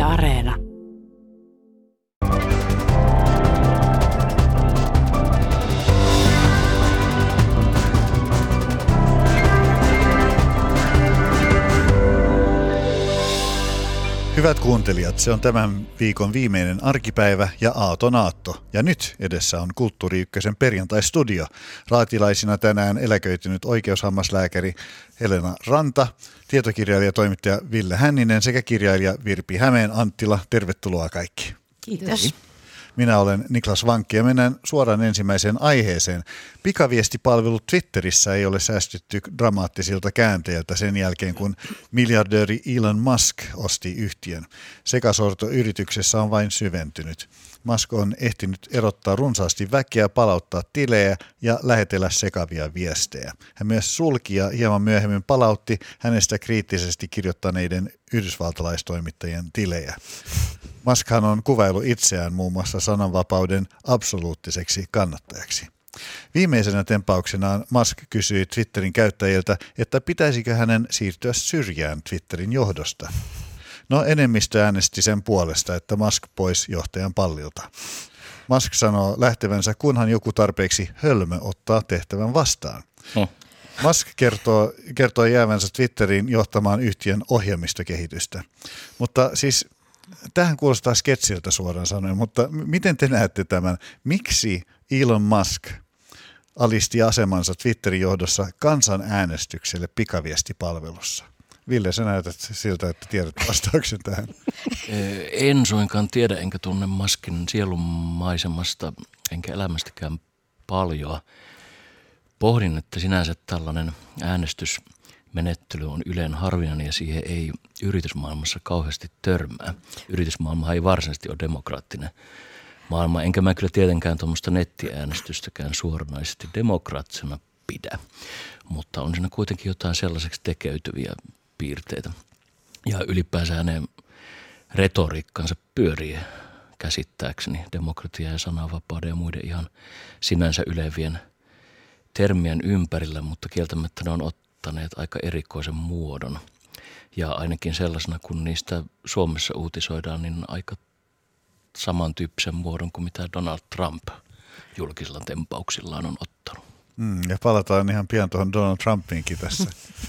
Areena. Hyvät kuuntelijat, se on tämän viikon viimeinen arkipäivä ja aaton aatto. Ja nyt edessä on Kulttuuri Ykkösen perjantai-studio. Raatilaisina tänään eläköitynyt oikeushammaslääkäri Helena Ranta, tietokirjailija toimittaja Ville Hänninen sekä kirjailija Virpi Hämeen-Anttila. Tervetuloa kaikki. Kiitos. Minä olen Niklas Vankki ja mennään suoraan ensimmäiseen aiheeseen. Pikaviestipalvelu Twitterissä ei ole säästytty dramaattisilta käänteiltä sen jälkeen, kun miljardööri Elon Musk osti yhtiön. Sekasorto yrityksessä on vain syventynyt. Musk on ehtinyt erottaa runsaasti väkeä, palauttaa tilejä ja lähetellä sekavia viestejä. Hän myös sulki ja hieman myöhemmin palautti hänestä kriittisesti kirjoittaneiden yhdysvaltalaistoimittajien tilejä. Muskhan on kuvaillut itseään muun muassa sananvapauden absoluuttiseksi kannattajaksi. Viimeisenä tempauksenaan Musk kysyi Twitterin käyttäjiltä, että pitäisikö hänen siirtyä syrjään Twitterin johdosta. No, enemmistö äänesti sen puolesta, että Musk pois johtajan pallilta. Musk sanoo lähtevänsä, kunhan joku tarpeeksi hölmö ottaa tehtävän vastaan. Musk kertoo jäävänsä Twitterin johtamaan yhtiön ohjelmistokehitystä. Mutta siis tähän kuulostaa sketsiltä suoraan sanoen, mutta miten te näette tämän? Miksi Elon Musk alisti asemansa Twitterin johdossa kansanäänestykselle pikaviestipalvelussa? Ville, sä näytät siltä, että tiedät vastauksen tähän. En suinkaan tiedä, enkä tunne Muskin sielunmaisemasta, enkä elämästäkään paljon. Pohdin, että sinänsä tällainen äänestysmenettely on yleen harvinainen ja siihen ei yritysmaailmassa kauheasti törmää. Yritysmaailma ei varsinaisesti ole demokraattinen maailma, enkä mä kyllä tietenkään tuommoista nettiäänestystäkään suoranaisesti demokraattisena pidä. Mutta on siinä kuitenkin jotain sellaiseksi tekeytyviä piirteitä. Ja ylipäänsä hänen retoriikkansa pyörii käsittääkseni demokratia ja sananvapauden ja muiden ihan sinänsä ylevien termien ympärillä, mutta kieltämättä ne on ottaneet aika erikoisen muodon. Ja ainakin sellaisena, kun niistä Suomessa uutisoidaan, niin aika samantyyppisen muodon kuin mitä Donald Trump julkisilla tempauksillaan on ottanut. Ja palataan ihan pian tuohon Donald Trumpiinkin tässä.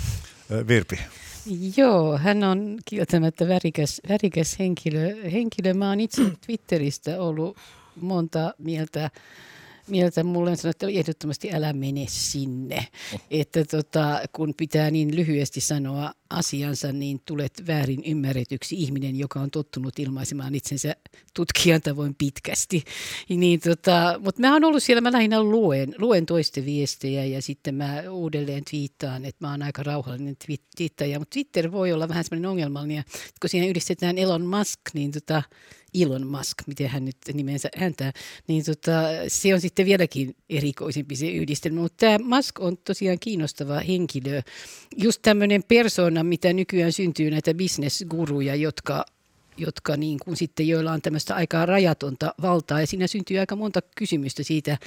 Virpi. Joo, hän on kieltämättä värikäs henkilö. Mä oon itse Twitteristä ollut monta mieltä. Mulle on sanottu, että ehdottomasti älä mene sinne. Että kun pitää niin lyhyesti sanoa asiansa, niin tulet väärin ymmärretyksi ihminen, joka on tottunut ilmaisemaan itsensä tutkijan tavoin pitkästi. Niin, mutta mä oon ollut siellä, mä lähinnä luen toisten viestejä ja sitten mä uudelleen twiittaan, että mä oon aika rauhallinen twiittaja. Mutta Twitter voi olla vähän semmoinen ongelmallinen, kun siinä yhdistetään Elon Musk, niin Elon Musk, miten hän nyt nimensä häntää, niin se on sitten vieläkin erikoisempi se yhdistelmä. Mutta tämä Musk on tosiaan kiinnostava henkilö. Just tämmöinen persona, mitä nykyään syntyy näitä business-guruja, jotka niin kuin sitten, joilla on tämmöistä aika rajatonta valtaa. Ja siinä syntyy aika monta kysymystä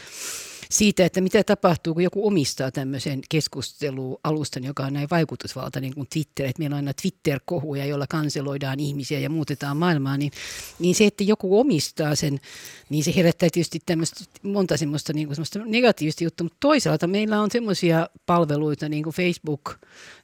siitä, että mitä tapahtuu, kun joku omistaa tämmöisen keskustelualustan, joka on näin vaikutusvaltainen kuin Twitter. Että meillä on aina Twitter-kohuja, joilla kanseloidaan ihmisiä ja muutetaan maailmaa. Niin se, että joku omistaa sen, niin se herättää tietysti monta semmoista negatiivista juttua. Mutta toisaalta meillä on semmoisia palveluita niin kuin Facebook,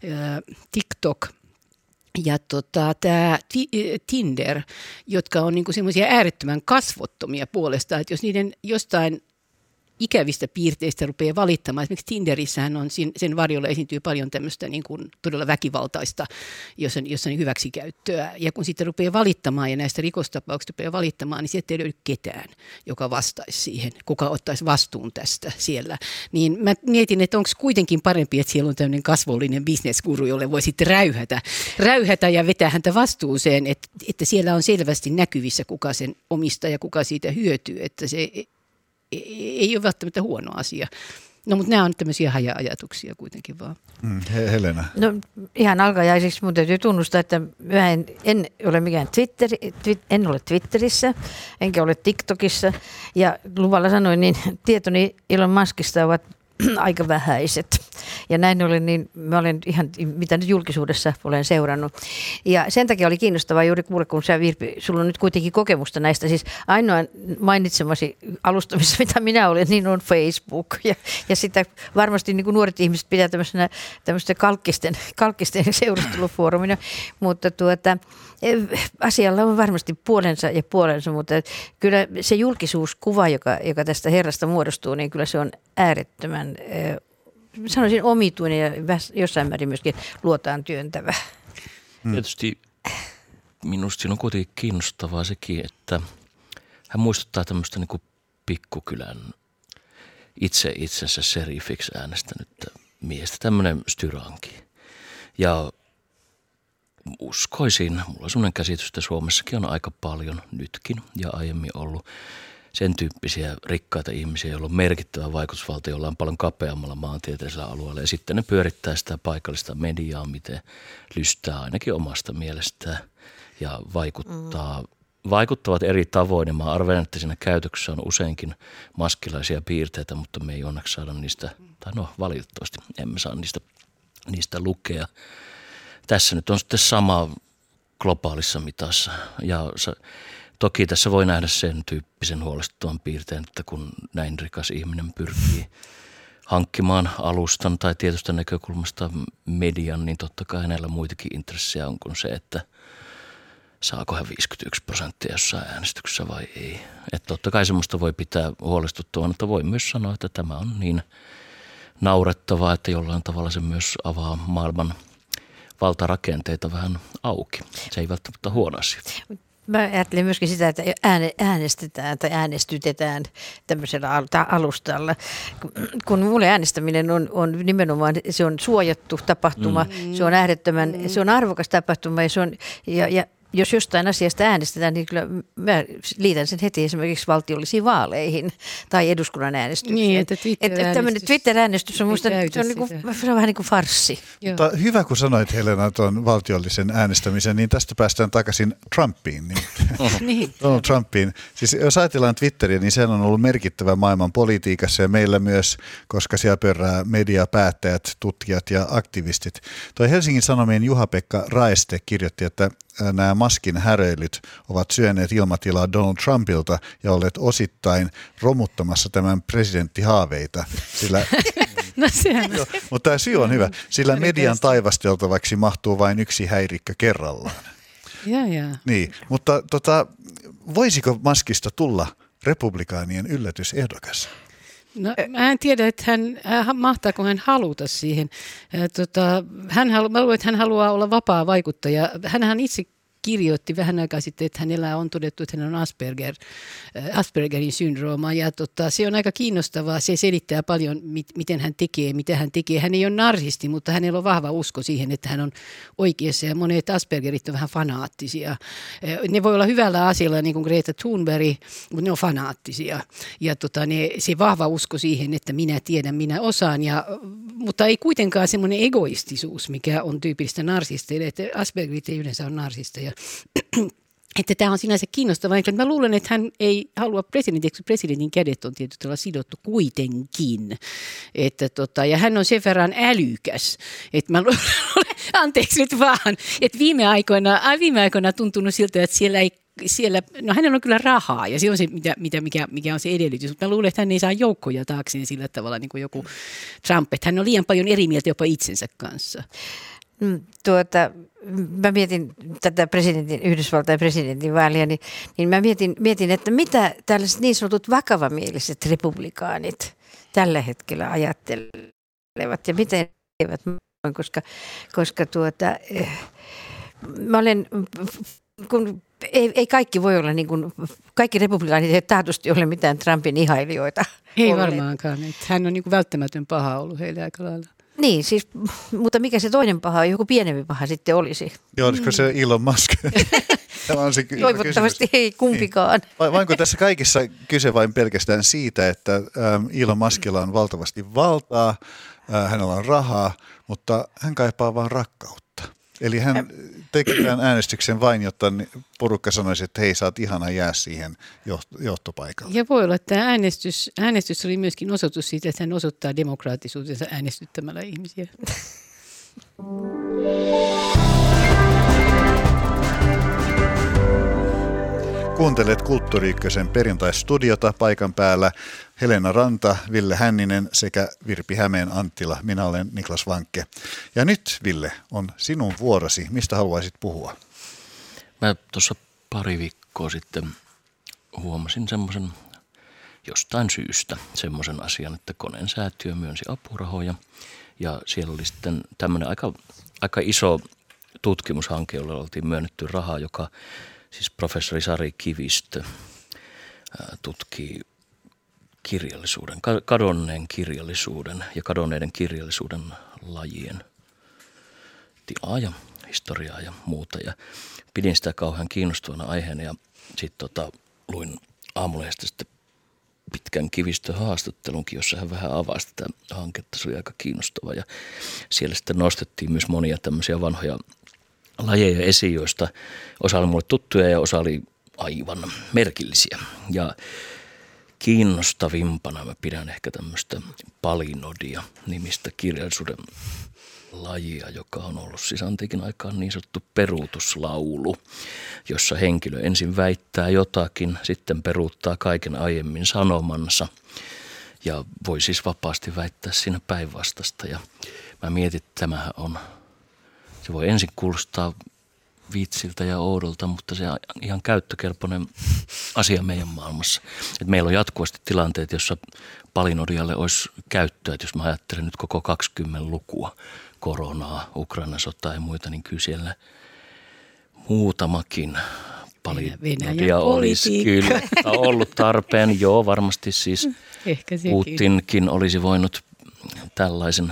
TikTok ja tämä Tinder, jotka on niinku semmoisia äärettömän kasvottomia puolestaan, että jos niiden jostain ikävistä piirteistä rupeaa valittamaan. Esimerkiksi Tinderissähän on, sen varjolla esiintyy paljon tämmöistä niin kuin todella väkivaltaista, jossa on hyväksikäyttöä. Ja kun sitten rupeaa valittamaan ja näistä rikostapauksista rupeaa valittamaan, niin sieltä ei löydy ketään, joka vastaisi siihen, kuka ottaisi vastuun tästä siellä. Niin mä mietin, että onko kuitenkin parempi, että siellä on tämmöinen kasvollinen bisnesguru, jolle voi sitten räyhätä ja vetää häntä vastuuseen, että siellä on selvästi näkyvissä, kuka sen omistaa ja kuka siitä hyötyy, että se ei ole välttämättä huono asia. No, mutta nämä on tämmöisiä haja-ajatuksia kuitenkin vaan. Helena. No, ihan alkajaisiksi mun täytyy tunnustaa, että en ole mikään en ole Twitterissä, enkä ole TikTokissa. Ja luvalla sanoin, niin tietoni Elon Muskista ovat aika vähäiset. Ja näin ollen, niin mä olen ihan, mitä nyt julkisuudessa olen seurannut. Ja sen takia oli kiinnostavaa juuri kuulla, kun sä Virpi, sulla on nyt kuitenkin kokemusta näistä. Siis ainoa mainitsemasi alustamissa, mitä minä olen, niin on Facebook. Ja sitä varmasti niin kuin nuoret ihmiset pitää tämmöistä kalkkisten seurustelufoorumina. Mutta asialla on varmasti puolensa ja puolensa, mutta kyllä se julkisuuskuva, joka tästä herrasta muodostuu, niin kyllä se on äärettömän, sanoisin omituinen ja jossain määrin myöskin luotaan työntävä. Tietysti minusta siinä on kuitenkin kiinnostavaa sekin, että hän muistuttaa tämmöistä niin kuin pikkukylän itse itsensä serifiksi äänestänyttä miestä, tämmöinen styranki. Ja uskoisin, mulla on sellainen käsitys, että Suomessakin on aika paljon nytkin ja aiemmin ollut sen tyyppisiä rikkaita ihmisiä, joilla on merkittävä vaikutusvalta, jolla on paljon kapeammalla maantieteellisellä alueella. Ja sitten ne pyörittää sitä paikallista mediaa, miten lystää ainakin omasta mielestään ja vaikuttavat eri tavoin. Ja mä arvelen, että siinä käytöksessä on useinkin maskilaisia piirteitä, mutta me ei onneksi saada niistä, tai no valitettavasti emme saa niistä lukea. Tässä nyt on sitten sama globaalissa mitassa ja toki tässä voi nähdä sen tyyppisen huolestuttavan piirteen, että kun näin rikas ihminen pyrkii hankkimaan alustan tai tietystä näkökulmasta median, niin totta kai hänellä muitakin intressejä on kuin se, että saako hän 51% jossain äänestyksessä vai ei. Että totta kai semmoista voi pitää huolestuttavana, mutta voi myös sanoa, että tämä on niin naurettavaa, että jollain tavalla se myös avaa maailman valtarakenteita vähän auki. Se ei välttämättä huono asia. Mä ajattelen myöskin sitä, että äänestetään tai äänestytetään tämmöisellä alustalla. Kun mulle äänestäminen on nimenomaan, se on suojattu tapahtuma, se on äärettömän, se on arvokas tapahtuma ja jos jostain asiasta äänestetään, niin kyllä mä liitän sen heti esimerkiksi valtiollisiin vaaleihin tai eduskunnan äänestykseen. Niin, että tämmöinen Twitter-äänestys on musta se on vähän niin kuin farssi. Mutta hyvä, kun sanoit Helena tuon valtiollisen äänestämisen, niin tästä päästään takaisin Trumpiin. Niin. Donald Trumpiin. Siis jos ajatellaan Twitteriä, niin sehän on ollut merkittävä maailman politiikassa ja meillä myös, koska siellä pörrää mediapäättäjät, tutkijat ja aktivistit. Toi Helsingin Sanomien Juha-Pekka Raeste kirjoitti, että nämä Muskin häröilyt ovat syöneet ilmatilaa Donald Trumpilta ja olleet osittain romuttamassa tämän presidenttihaaveita. Sillä, mutta tämä syy on hyvä, sillä median taivasteltavaksi mahtuu vain yksi häirikkö kerrallaan. Niin, mutta voisiko Muskista tulla republikaanien yllätysehdokas? No, mä en tiedä, että mahtaako hän haluta siihen. Mä luulen, että hän haluaa olla vapaa vaikuttaja. Hänhän itse kirjoitti vähän aikaa sitten, että hänellä on todettu, että hän on Aspergerin syndrooma. Ja se on aika kiinnostavaa. Se selittää paljon, miten hän tekee, mitä hän tekee. Hän ei ole narsisti, mutta hänellä on vahva usko siihen, että hän on oikeassa. Ja monet Aspergerit on vähän fanaattisia. Ne voi olla hyvällä asialla, niin kuin Greta Thunberg, mutta ne on fanaattisia. Ja se vahva usko siihen, että minä tiedän, minä osaan. Mutta ei kuitenkaan semmoinen egoistisuus, mikä on tyypillistä narsisteille. Että Aspergerit ei yleensä ole narsisteja. Että tämä on sinänsä kiinnostavaa. Mä luulen, että hän ei halua presidentiksi. Presidentin kädet on tietysti sidottu kuitenkin. Ja hän on sen verran älykäs. Että mä luulen, anteeksi nyt vaan, että viime aikoina tuntunut siltä, että no hänellä on kyllä rahaa ja se on se, mikä on se edellytys, mutta mä luulen, että hän ei saa joukkoja taakseen sillä tavalla niin kuin joku Trump, että hän on liian paljon eri mieltä jopa itsensä kanssa. Mä mietin tätä Yhdysvaltain presidentin vaalia, niin mä mietin, että mitä tällaiset niin sanotut vakavamieliset republikaanit tällä hetkellä ajattelevat ja miten eivät, koska mä olen, kun ei kaikki voi olla niin kuin, kaikki republikaanit ei taatusti ole mitään Trumpin ihailijoita. Ei varmaankaan, että hän on niin kuin välttämätön paha ollut heille aika lailla. Niin, siis, mutta mikä se toinen paha, joku pienempi paha sitten olisi? Joo, olisiko se Elon Musk? Toivottavasti ei kumpikaan. Niin. Vainko tässä kaikissa kyse vain pelkästään siitä, että Elon Muskilla on valtavasti valtaa, hänellä on rahaa, mutta hän kaipaa vain rakkautta. Eli hän teki tämän äänestyksen vain, jotta porukka sanoisi, että hei, sä oot ihana, jää siihen johtopaikalle. Ja voi olla, että tämä äänestys oli myöskin osoitus siitä, että hän osoittaa demokraattisuutensa äänestyttämällä ihmisiä. Kuuntelet Kulttuuri Ykkösen perjantaistudiota, paikan päällä Helena Ranta, Ville Hänninen sekä Virpi Hämeen Anttila. Minä olen Niklas Vankke. Ja nyt, Ville, on sinun vuorosi. Mistä haluaisit puhua? Mä tuossa pari viikkoa sitten huomasin semmoisen jostain syystä semmoisen asian, että Koneen säätiö myönsi apurahoja. Ja siellä oli sitten tämmöinen aika iso tutkimushanke, jolle oltiin myönnetty rahaa, joka siis professori Sari Kivistö tutkii kirjallisuuden, kadonneen kirjallisuuden ja kadonneiden kirjallisuuden lajien tilaa ja historiaa ja muuta. Ja pidin sitä kauhean kiinnostavana aiheena ja sitten luin Aamulehdestä sitten pitkän Kivistön haastattelunkin, jossa hän vähän avasi tätä hanketta. Se oli aika kiinnostava ja siellä sitten nostettiin myös monia tämmöisiä vanhoja lajeja esiin, joista osa oli mulle tuttuja ja osa oli aivan merkillisiä. Ja kiinnostavimpana mä pidän ehkä tämmöistä palinodia nimistä kirjallisuuden lajia, joka on ollut siis antiikin aikaan niin sanottu peruutuslaulu, jossa henkilö ensin väittää jotakin, sitten peruuttaa kaiken aiemmin sanomansa ja voi siis vapaasti väittää siinä päinvastasta. Ja mä mietin, että tämähän on, se voi ensin kuulostaa viitsiltä ja oudolta, mutta se on ihan käyttökelpoinen asia meidän maailmassa. Et meillä on jatkuvasti tilanteet, jossa palinodialle olisi käyttöä. Et jos mä ajattelen nyt koko 20-lukua, koronaa, Ukrainan sotaa ja muita, niin kyllä siellä muutamakin palinodia olisi kyllä ollut tarpeen. Joo, varmasti siis Putinkin olisi voinut tällaisen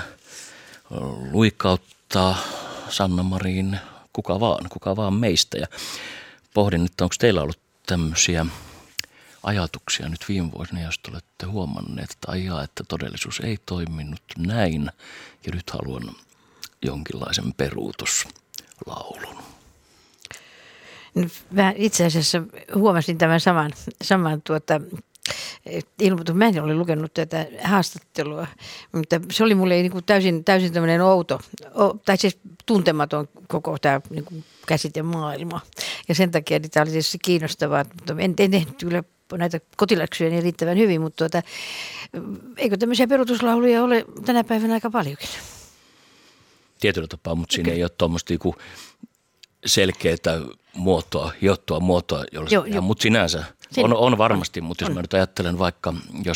luikauttaa, Sanna Marin, kuka vaan meistä. Ja pohdin, että onko teillä ollut tämmöisiä ajatuksia nyt viime vuosina, jos te olette huomanneet, että todellisuus ei toiminut näin ja nyt haluan jonkinlaisen peruutuslaulun. Mä itse asiassa huomasin tämän saman ilmoitus. Mä en ole lukenut tätä haastattelua, mutta se oli mulle niin kuin täysin tämmöinen outo, tai siis tuntematon koko tämä niin kuin käsitemaailma. Ja sen takia tämä oli tietysti kiinnostavaa, mutta en tehnyt kyllä näitä kotiläksyjä niin riittävän hyvin, mutta eikö tämmöisiä peruutuslauluja ole tänä päivänä aika paljonkin? Tietyllä tapaa, mutta siinä ei ole tuommoista selkeää muotoa, hiottua muotoa, mutta sinänsä on varmasti, mutta jos mä nyt ajattelen vaikka,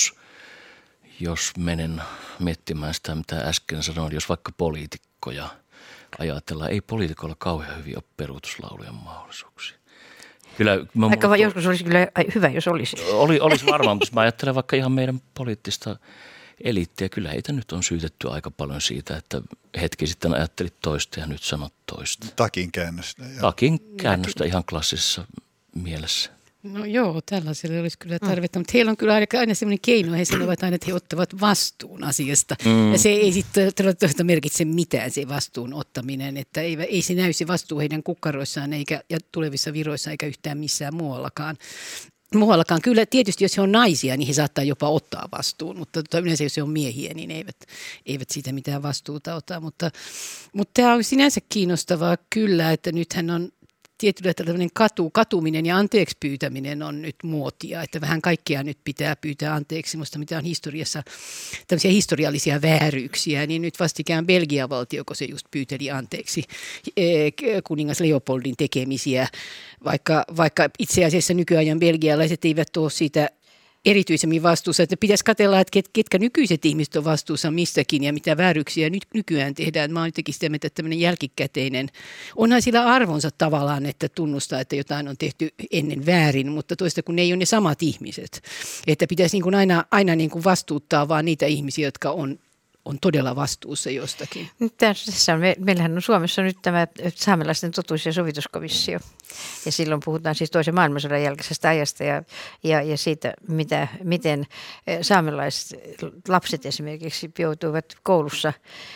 jos menen miettimään sitä, mitä äsken sanoin, jos vaikka poliitikkoja ajatellaan, ei poliitikoilla kauhean hyviä ole peruutuslaulujen mahdollisuuksia. Kyllä, joskus olisi kyllä hyvä, jos olisi. Olisi varmaan, mutta mä ajattelen vaikka ihan meidän poliittista eliittiä. Kyllä heitä nyt on syytetty aika paljon siitä, että hetki sitten ajattelit toista ja nyt sanot toista. Takin käännöstä. Takin käännöstä ihan klassisessa mielessä. No joo, tällaiselle olisi kyllä tarvetta, mutta heillä on kyllä aina sellainen keino, he sanovat aina, että he ottavat vastuun asiasta. Ja se ei sitten merkitse mitään se vastuun ottaminen, että ei se näy se vastuu heidän kukkaroissaan ja tulevissa viroissa eikä yhtään missään muuallakaan. Kyllä tietysti, jos he on naisia, niin he saattaa jopa ottaa vastuun, mutta yleensä jos he on miehiä, niin eivät siitä mitään vastuuta ota. Mutta tämä on sinänsä kiinnostavaa kyllä, että nythän on tietyllä tällainen katuminen ja anteeksi pyytäminen on nyt muotia, että vähän kaikkea nyt pitää pyytää anteeksi, musta mitä on historiassa tämmöisiä historiallisia vääryyksiä, niin nyt vastikään Belgian valtio, kun se just pyyteli anteeksi kuningas Leopoldin tekemisiä, vaikka itse asiassa nykyajan belgialaiset eivät ole siitä erityisemmin vastuussa, että pitäisi katsella, että ketkä nykyiset ihmiset on vastuussa mistäkin ja mitä vääryyksiä nykyään tehdään. Mä oon jotenkin sitä mieltä, että tämmöinen jälkikäteinen, onhan sillä arvonsa tavallaan, että tunnustaa, että jotain on tehty ennen väärin, mutta toista kun ne ei ole ne samat ihmiset. Että pitäisi niin kuin aina niin kuin vastuuttaa vaan niitä ihmisiä, jotka on todella vastuussa jostakin. Tässä on, meillähän on Suomessa nyt tämä saamelaisten totuus- ja sovituskomissio. Ja silloin puhutaan siis toisen maailmansodan jälkeisestä ajasta ja siitä, miten saamelaislapset esimerkiksi joutuivat koulussa.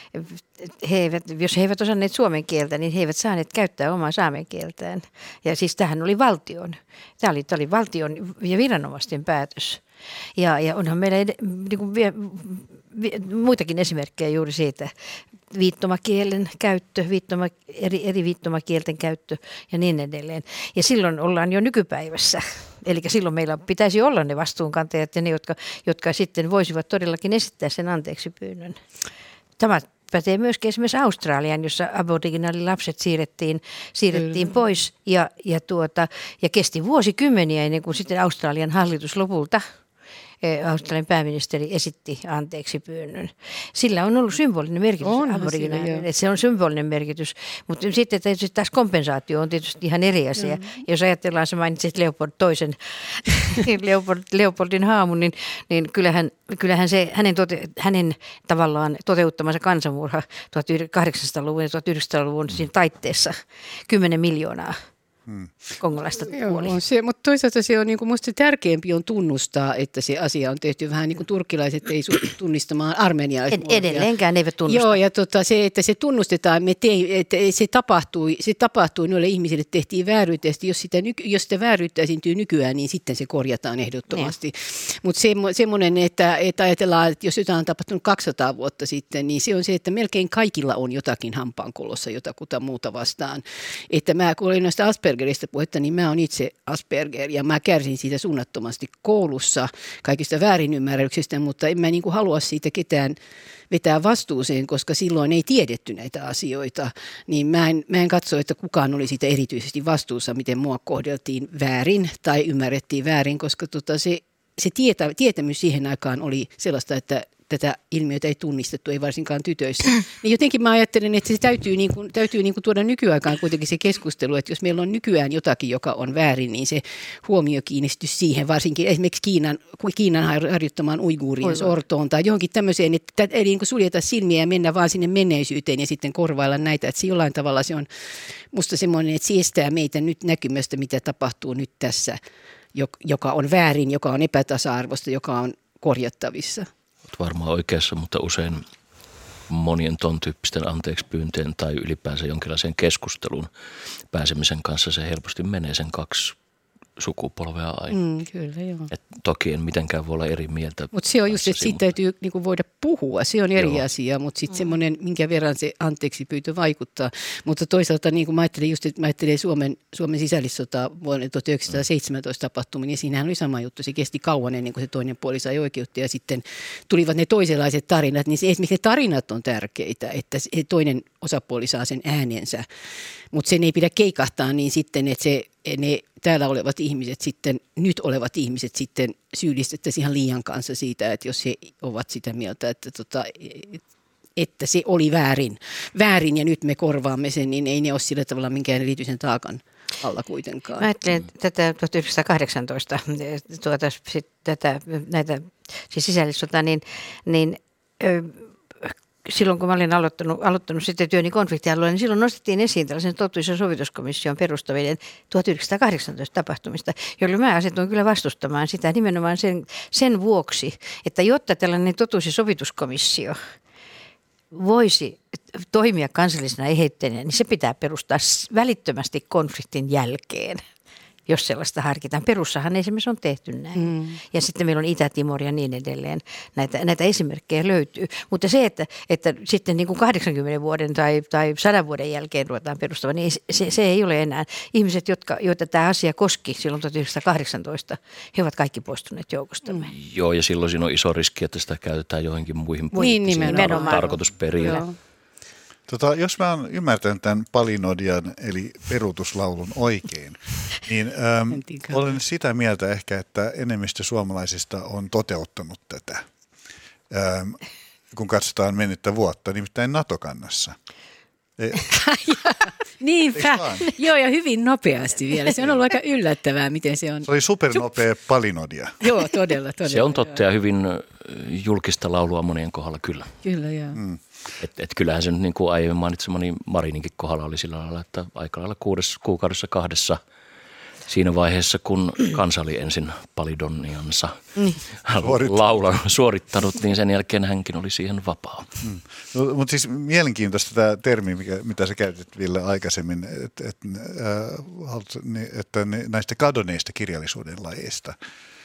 Jos he eivät osanneet suomen kieltä, niin he eivät saaneet käyttää omaa saamen kieltään. Ja siis tämähän oli valtion. Tämä oli valtion ja viranomaisten päätös. Ja onhan meillä niin kuin muitakin esimerkkejä juuri siitä, viittomakielen käyttö, eri viittomakielten käyttö ja niin edelleen. Ja silloin ollaan jo nykypäivässä. Eli silloin meillä pitäisi olla ne vastuunkantajat ja ne, jotka sitten voisivat todellakin esittää sen anteeksi pyynnön. Tämä pätee myöskin esimerkiksi Australiaan, jossa aboriginaalilapset siirrettiin pois ja kesti vuosikymmeniä ennen kuin sitten Australian hallitus lopulta, Australian pääministeri esitti anteeksi pyynnön. Sillä on ollut symbolinen merkitys aboriginaaliin, se on symbolinen merkitys, mutta sitten tietysti taas kompensaatio on tietysti ihan eri asia. Jos ajatellaan, sä mainitsit Leopold toisen, Leopoldin haamun, niin kyllähän se hänen tavallaan toteuttamansa kansanmurha 1800-luvun ja 1900-luvun siinä taitteessa 10 miljoonaa. Kongolaista kuoli. Joo, mutta toisaalta se on niinku, musta tärkeämpi on tunnustaa, että se asia on tehty vähän niin kuin turkkilaiset ei suostu tunnistamaan armenialaismurhia. Edelleenkään eivät tunnusta. Joo, ja se, että se tunnustetaan, että se tapahtui noille ihmisille, tehtiin vääryyttä, jos sitä vääryyttä esiintyy nykyään, niin sitten se korjataan ehdottomasti. Mutta semmoinen, että ajatellaan, että jos jotain on tapahtunut 200 vuotta sitten, niin se on se, että melkein kaikilla on jotakin hampaankolossa jotakuta muuta vastaan. Että kun olin noista Aspergerista puhetta, niin mä oon itse Asperger ja mä kärsin siitä suunnattomasti koulussa kaikista väärinymmärryksistä, mutta en mä niin kuin halua siitä ketään vetää vastuuseen, koska silloin ei tiedetty näitä asioita, niin mä en katso, että kukaan oli siitä erityisesti vastuussa, miten mua kohdeltiin väärin tai ymmärrettiin väärin, koska se tietämys siihen aikaan oli sellaista, että tätä ilmiötä ei tunnistettu, ei varsinkaan tytöissä. Niin jotenkin mä ajattelen, että se täytyy tuoda nykyaikaan kuitenkin se keskustelu, että jos meillä on nykyään jotakin, joka on väärin, niin se huomio kiinnistyy siihen, varsinkin esimerkiksi Kiinan harjoittamaan uiguurien sortoon tai johonkin tämmöiseen, että ei niin kuin suljeta silmiä ja mennä vaan sinne menneisyyteen ja sitten korvailla näitä. Että jollain tavalla se on musta semmoinen, että se estää meitä nyt näkymästä, mitä tapahtuu nyt tässä, joka on väärin, joka on epätasa-arvoista, joka on korjattavissa. Varmaan oikeassa, mutta usein monien ton tyyppisten anteekspyynteen tai ylipäänsä jonkinlaiseen keskusteluun pääsemisen kanssa se helposti menee sen 2 sukupolvea aina. Kyllä, joo. Et toki en mitenkään voi olla eri mieltä. Mutta se on just, että siitä täytyy niinku voida puhua, se on eri asia, mutta sitten semmoinen, minkä verran se anteeksi pyytö vaikuttaa. Mutta toisaalta niin kuin mä ajattelin Suomen sisällissota vuonna 1917 tapahtumia, niin siinähän oli sama juttu. Se kesti kauan ennen kuin se toinen puoli sai oikeutta ja sitten tulivat ne toisenlaiset tarinat, niin esimerkiksi ne tarinat on tärkeitä, että se toinen osapuoli saa sen äänensä, mutta sen ei pidä keikahtaa niin sitten, että ne täällä olevat ihmiset sitten, nyt olevat ihmiset sitten syyllistettäisiin ihan liian kanssa siitä, että jos he ovat sitä mieltä, että se oli väärin ja nyt me korvaamme sen, niin ei ne ole sillä tavalla minkään erityisen taakan alla kuitenkaan. Mä ajattelen tätä 1918, näitä siis sisällissotaa, niin silloin kun mä olin aloittanut sitten työni konfliktialueella, niin silloin nostettiin esiin tällaisen totuus- ja sovituskomission perustaminen 1918 tapahtumista, jolloin mä asetuin kyllä vastustamaan sitä nimenomaan sen vuoksi, että jotta tällainen totuus- ja sovituskomissio voisi toimia kansallisena eheyttäjänä, niin se pitää perustaa välittömästi konfliktin jälkeen. Jos sellaista harkitaan. Perussahan esimerkiksi on tehty näin. Ja sitten meillä on Itä-Timor ja niin edelleen. Näitä esimerkkejä löytyy. Mutta se, että sitten niin kuin 80 vuoden tai 100 vuoden jälkeen ruvetaan perustamaan, niin se ei ole enää. Ihmiset, joita tämä asia koski silloin 1918, he ovat kaikki poistuneet joukostamme. Joo, ja silloin siinä on iso riski, että sitä käytetään johonkin muihin poliittisiin tarkoitusperiin. Jos mä oon ymmärtänyt tämän Palinodian eli peruutuslaulun oikein, niin olen sitä mieltä ehkä, että enemmistö suomalaisista on toteuttanut tätä, kun katsotaan mennyttä vuotta, nimittäin NATO-kannassa. Niinpä. Eiks vaan? Joo, ja hyvin nopeasti vielä. Se on ollut aika yllättävää, miten se on. Se oli supernopea palinodia. Joo, todella. Se on totta ja hyvin julkista laulua monien kohdalla kyllä. Kyllä, joo. Et kyllähän se nyt niin kuin aiemmin mainitsemani Marininkin kohdalla oli sillä lailla, että aika lailla 6 kuukaudessa 2 siinä vaiheessa, kun kansa oli ensin palidoniansa suorittanut, niin sen jälkeen hänkin oli siihen vapaa. No, mutta siis mielenkiintoista tämä termi, mitä sä käytit Ville aikaisemmin, että näistä kadonneista kirjallisuuden lajeista,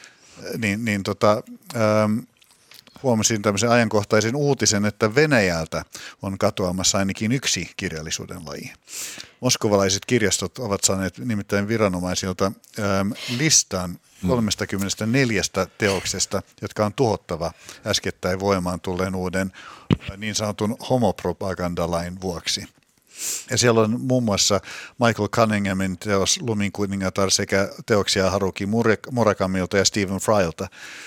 huomasin tämmöisen ajankohtaisen uutisen, että Venäjältä on katoamassa ainakin yksi kirjallisuuden laji. Moskovalaiset kirjastot ovat saaneet nimittäin viranomaisilta listan 34 teoksesta, jotka on tuhottava äskettäin voimaan tulleen uuden niin sanotun homopropagandalain vuoksi. Ja siellä on muun muassa Michael Cunninghamin teos Lumin kuningatar sekä teoksia Haruki Murakamilta ja Stephen Frylta.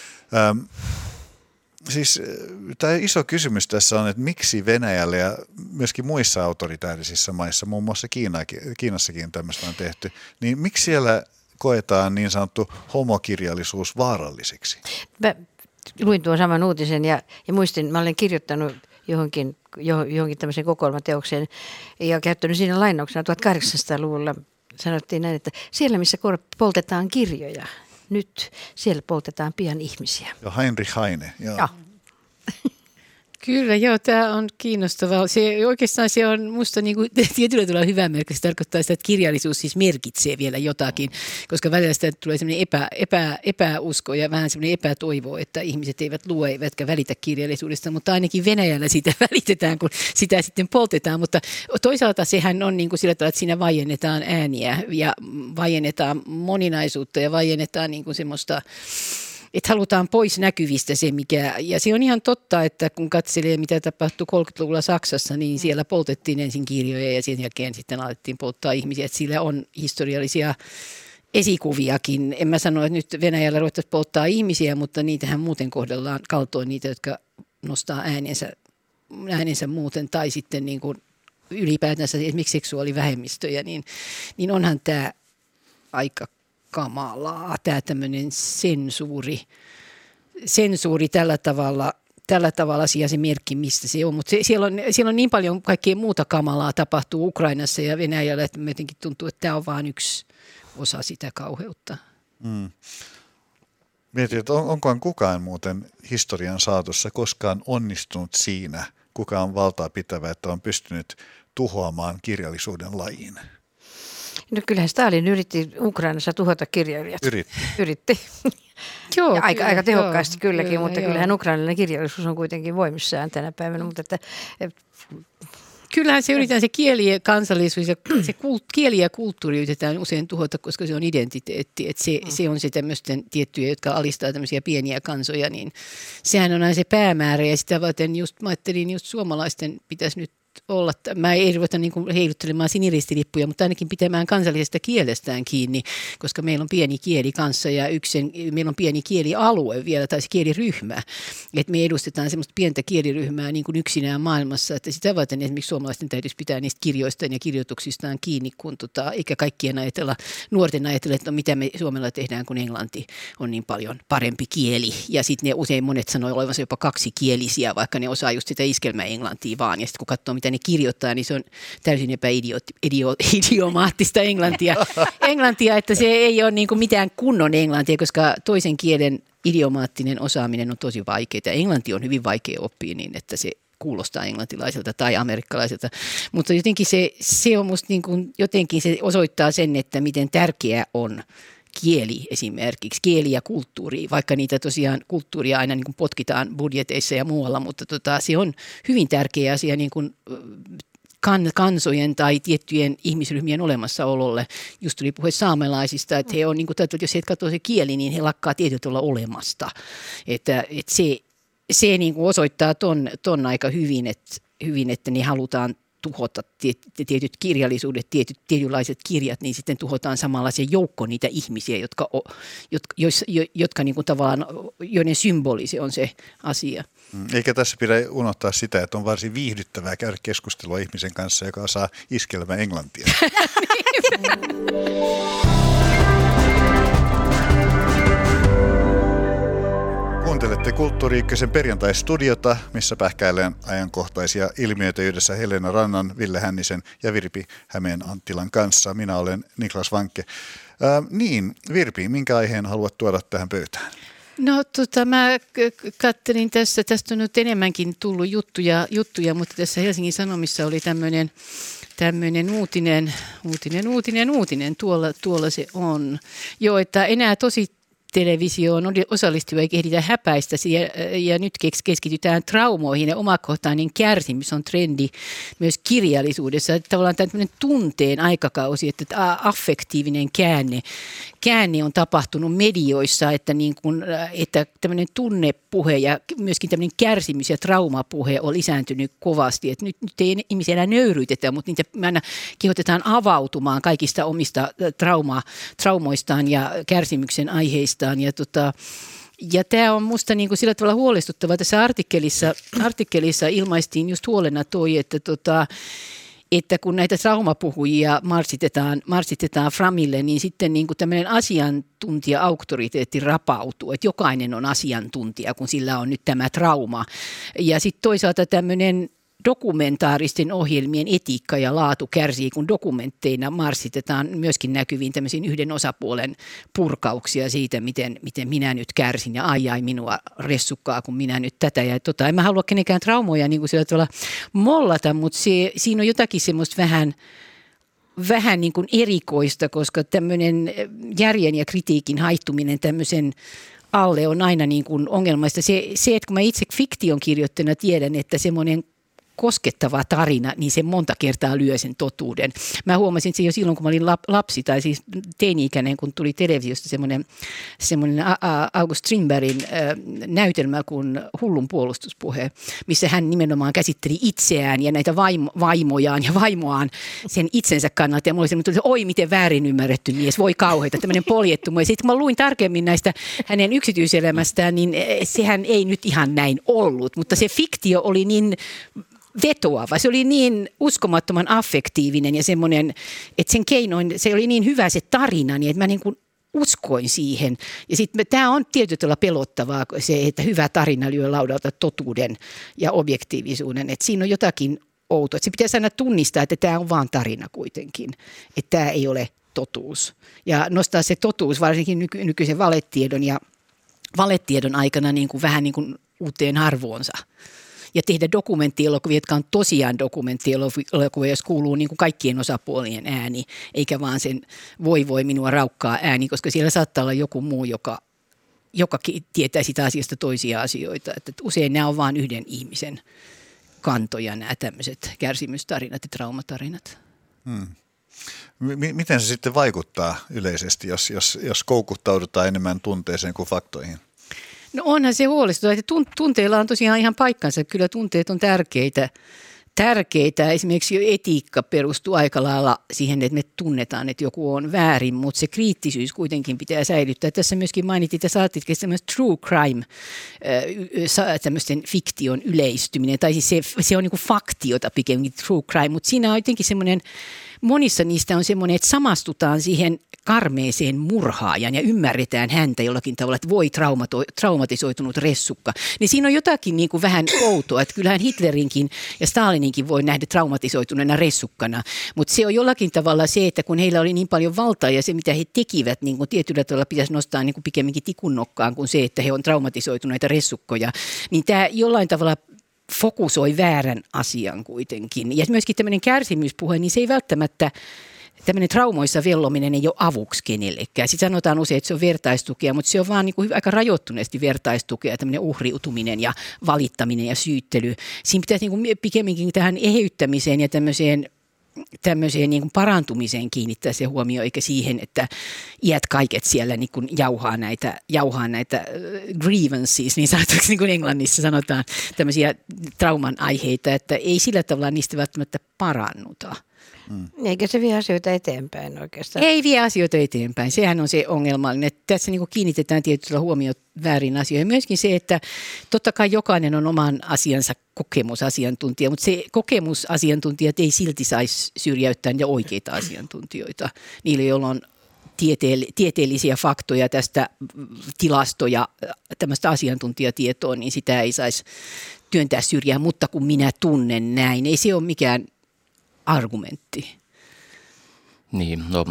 Siis tämä iso kysymys tässä on, että miksi Venäjällä ja myöskin muissa autoritäärisissa maissa, muun muassa Kiinassakin tämmöistä on tehty, niin miksi siellä koetaan niin sanottu homokirjallisuus vaaralliseksi? Mä luin tuon saman uutisen ja muistin, mä olen kirjoittanut johonkin tämmöiseen kokoelmateokseen ja käyttänyt siinä lainauksena 1800-luvulla. Sanottiin näin, että siellä missä poltetaan kirjoja, nyt siellä poltetaan pian ihmisiä. Ja Heinrich Heine. Joo. Kyllä, joo, tämä on kiinnostavaa. Oikeastaan se on musta niin kuin, tietyllä tavalla hyvä merkki. Se tarkoittaa sitä, että kirjallisuus siis merkitsee vielä jotakin, koska välillä sitä tulee sellainen epäusko ja vähän sellainen epätoivo, että ihmiset eivät lue eivätkä välitä kirjallisuudesta, mutta ainakin Venäjällä sitä välitetään, kun sitä sitten poltetaan. Mutta toisaalta sehän on niin kuin sillä tavalla, että siinä vaiennetaan ääniä ja vaiennetaan moninaisuutta ja vaiennetaan niin kuin semmoista, että halutaan pois näkyvistä se, mikä, ja se on ihan totta, että kun katselee, mitä tapahtui 30-luvulla Saksassa, niin siellä poltettiin ensin kirjoja ja sen jälkeen sitten alettiin polttaa ihmisiä, että sillä on historiallisia esikuviakin. En mä sano, että nyt Venäjällä ruvettaisiin polttaa ihmisiä, mutta niitähän muuten kohdellaan kaltoin niitä, jotka nostaa äänensä muuten, tai sitten niin kuin ylipäätänsä esimerkiksi seksuaalivähemmistöjä, niin onhan tämä aika kamalaa, tämä tämmöinen sensuuri tällä tavalla se merkki, mistä se on. Mutta siellä on niin paljon kaikkea muuta kamalaa tapahtuu Ukrainassa ja Venäjällä, että jotenkin tuntuu, että tämä on vain yksi osa sitä kauheutta. Mietin, että onkohan kukaan muuten historian saatossa koskaan onnistunut siinä, kuka on valtaa pitävä, että on pystynyt tuhoamaan kirjallisuuden lajin? No kyllähän Stalin yritti Ukrainassa tuhota kirjailijat. Yritti. Joo, ja aika tehokkaasti joo, kylläkin, mutta kyllähän ukrainalainen kirjallisuus on kuitenkin voimissaan tänä päivänä. Mutta kyllähän se yritetään, se kieli ja kansallisuus ja se kieli ja kulttuuri yritetään usein tuhota, koska se on identiteetti. Että se on se tämmöisten tiettyjä, jotka alistaa tämmöisiä pieniä kansoja, niin sehän on aina se päämäärä. Ja sitä varten mä ajattelin just suomalaisten pitäisi nyt olla, mä ei ruveta niin kuin heiluttelemaan siniristilippuja, mutta ainakin pitämään kansallisesta kielestään kiinni, koska meillä on pieni kieli kanssa ja meillä on pieni kielialue vielä tai se kieliryhmä. Että me edustetaan semmoista pientä kieliryhmää niin kuin yksinään maailmassa, että sitä varten esimerkiksi suomalaisten täytyisi pitää niistä kirjoistaan ja kirjoituksistaan kiinni, kun eikä kaikkien nuorten ajatella, että mitä me Suomella tehdään, kun englanti on niin paljon parempi kieli. Ja sitten ne usein monet sanoo olevansa jopa kaksikielisiä, vaikka ne osaa just sitä iskelmäenglantia vaan. Ja sitten kun katsoo, mitä ne kirjoittaa, niin se on täysin idioomaattista englantia, että se ei ole niin kuin mitään kunnon englantia, koska toisen kielen idiomaattinen osaaminen on tosi vaikeaa. Englanti on hyvin vaikea oppia niin, että se kuulostaa englantilaiselta tai amerikkalaiselta, mutta jotenkin se on musta niin kuin, jotenkin se osoittaa sen, että miten tärkeää on kieli esimerkiksi, kieli ja kulttuuri, vaikka niitä tosiaan kulttuuria aina niin kuin potkitaan budjeteissa ja muualla, mutta se on hyvin tärkeä asia niin kuin kansojen tai tiettyjen ihmisryhmien olemassaololle. Just tuli puhe saamelaisista, että he on, niin kuin, jos he katsoo se kieli, niin he lakkaa tietyllä olemasta. Että se niin kuin osoittaa ton aika hyvin, että ne halutaan tuhota tietyt kirjallisuudet, tietynlaiset kirjat, niin sitten tuhotaan samalla se joukko niitä ihmisiä, jotka niin kuin tavallaan, joiden symboli se on se asia. Eikä tässä pidä unohtaa sitä, että on varsin viihdyttävää käydä keskustelua ihmisen kanssa, joka osaa iskelmää englantia. Kuuntelette Kulttuuri Ykkösen perjantai-studiota, missä pähkäillään ajankohtaisia ilmiöitä yhdessä Helena Rannan, Ville Hännisen ja Virpi Hämeen Anttilan kanssa. Minä olen Niklas Vankke. Virpi, minkä aiheen haluat tuoda tähän pöytään? No mä katselin tästä on nyt enemmänkin tullut juttuja, mutta tässä Helsingin Sanomissa oli tämmöinen uutinen, tuolla se on. Joo, että enää tosi televisioon osallistuva eikä ehditä häpäistä ja nyt keskitytään traumoihin ja omakohtainen kärsimys on trendi myös kirjallisuudessa. Että tavallaan tämmöinen tunteen aikakausi, että affektiivinen käänne on tapahtunut medioissa, että tämmöinen tunnepuhe ja myöskin tämmöinen kärsimys ja traumapuhe on lisääntynyt kovasti. Että nyt ei ihmisiä enää nöyryytetä, mutta niitä aina kehotetaan avautumaan kaikista omista traumoistaan ja kärsimyksen aiheista. Ja tämä on musta niin kuin sillä tavalla huolestuttavaa. Tässä artikkelissa ilmaistiin just huolena että kun näitä traumapuhujia marssitetaan framille, niin sitten niin kuin tämmöinen asiantuntija-auktoriteetti rapautuu, että jokainen on asiantuntija, kun sillä on nyt tämä trauma. Ja sitten toisaalta tämmöinen dokumentaaristen ohjelmien etiikka ja laatu kärsii, kun dokumentteina marssitetaan myöskin näkyviin tämmöisiin yhden osapuolen purkauksia siitä, miten minä nyt kärsin ja ai minua ressukkaa, kun minä nyt tätä ja En mä halua kenenkään traumoja niin kuin sillä tavalla mollata, mutta siinä on jotakin semmoista vähän niin kuin erikoista, koska tämmöinen järjen ja kritiikin haihtuminen tämmöisen alle on aina niin kuin ongelmaista. Se, että kun mä itse fiktion kirjoittajana tiedän, että semmoinen koskettava tarina, niin se monta kertaa lyö sen totuuden. Mä huomasin se jo silloin, kun mä olin lapsi tai siis teini-ikäinen, kun tuli televisiosta semmoinen August Strindbergin näytelmä kuin Hullun puolustuspuhe, missä hän nimenomaan käsitteli itseään ja näitä vaimojaan ja vaimoaan sen itsensä kannalta. Ja mulla oli semmoinen, oi miten väärin ymmärretty mies, voi kauheita, tämmöinen poljettumo. Ja sitten kun mä luin tarkemmin näistä hänen yksityiselämästään, niin sehän ei nyt ihan näin ollut, mutta se fiktio oli niin vetoava. Se oli niin uskomattoman affektiivinen ja semmoinen, että sen keinoin, se oli niin hyvä se tarina, niin että mä niin kuin uskoin siihen. Ja sitten tämä on tietyllä tavalla pelottavaa se, että hyvä tarina lyö laudalta totuuden ja objektiivisuuden. Että siinä on jotakin outoa. Että se pitäisi aina tunnistaa, että tämä on vaan tarina kuitenkin. Että tämä ei ole totuus. Ja nostaa se totuus varsinkin nykyisen valetiedon aikana niin kuin vähän niin kuin uuteen arvoonsa. Ja tehdä dokumenttielokuvia, jotka on tosiaan dokumenttielokuvia, jos kuuluu niin kuin kaikkien osapuolien ääni, eikä vaan sen voi minua raukkaa ääni, koska siellä saattaa olla joku muu, joka tietää sitä asiasta toisia asioita. Että usein nämä on vain yhden ihmisen kantoja, nämä tämmöiset kärsimystarinat ja traumatarinat. Miten se sitten vaikuttaa yleisesti, jos koukuttaudutaan enemmän tunteeseen kuin faktoihin? No onhan se huolestuttavaa, että tunteilla on tosiaan ihan paikkansa. Kyllä tunteet on tärkeitä. Esimerkiksi etiikka perustuu aika lailla siihen, että me tunnetaan, että joku on väärin, mutta se kriittisyys kuitenkin pitää säilyttää. Tässä myöskin mainittiin, että saattitkin tämmöistä true crime, tämmöisten fiktion yleistyminen, tai siis se on niin kuin faktiota pikemminkin true crime, mutta siinä on jotenkin semmoinen, monissa niistä on semmoinen, että samastutaan siihen karmeeseen murhaajan ja ymmärretään häntä jollakin tavalla, että voi traumatisoitunut ressukka. Niin siinä on jotakin niin kuin vähän outoa, että kyllähän Hitlerinkin ja Stalininkin voi nähdä traumatisoituneena ressukkana, mutta se on jollakin tavalla se, että kun heillä oli niin paljon valtaa ja se mitä he tekivät, niin kuin tietyllä tavalla pitäisi nostaa niin kuin pikemminkin tikunnokkaan kuin se, että he on traumatisoituneita ressukkoja, niin tämä jollain tavalla fokusoi väärän asian kuitenkin. Ja myöskin tämmöinen kärsimyspuhe, niin se ei välttämättä, tämmöinen traumoissa vellominen ei ole avuksi kenellekään. Sitten sanotaan usein, että se on vertaistukea, mutta se on vaan niin kuin aika rajoittuneesti vertaistukea, tämmöinen uhriutuminen ja valittaminen ja syyttely. Siinä pitäisi niin kuin pikemminkin tähän eheyttämiseen ja tämmöiseen tämmöiseen niin kuin parantumiseen kiinnittää se huomio, eikä siihen, että iät kaiket siellä niin kuin jauhaa näitä grievances, niin sanotaanko niin kuin Englannissa sanotaan, tämmöisiä trauman aiheita, että ei sillä tavalla niistä välttämättä parannuta. Eikä se vie asioita eteenpäin oikeastaan. Ei vie asioita eteenpäin. Sehän on se ongelmallinen, että tässä niin kuin kiinnitetään tietyllä huomioon väärin asioihin. Myöskin se, että totta kai jokainen on oman asiansa kokemusasiantuntija, mutta se kokemusasiantuntijat ei silti saisi syrjäyttää ja oikeita asiantuntijoita. Niille, joilla on tieteellisiä faktoja tästä tilastoja, tämmöistä asiantuntijatietoa, niin sitä ei saisi työntää syrjään, mutta kun minä tunnen näin, ei se ole mikään argumentti. Niin, no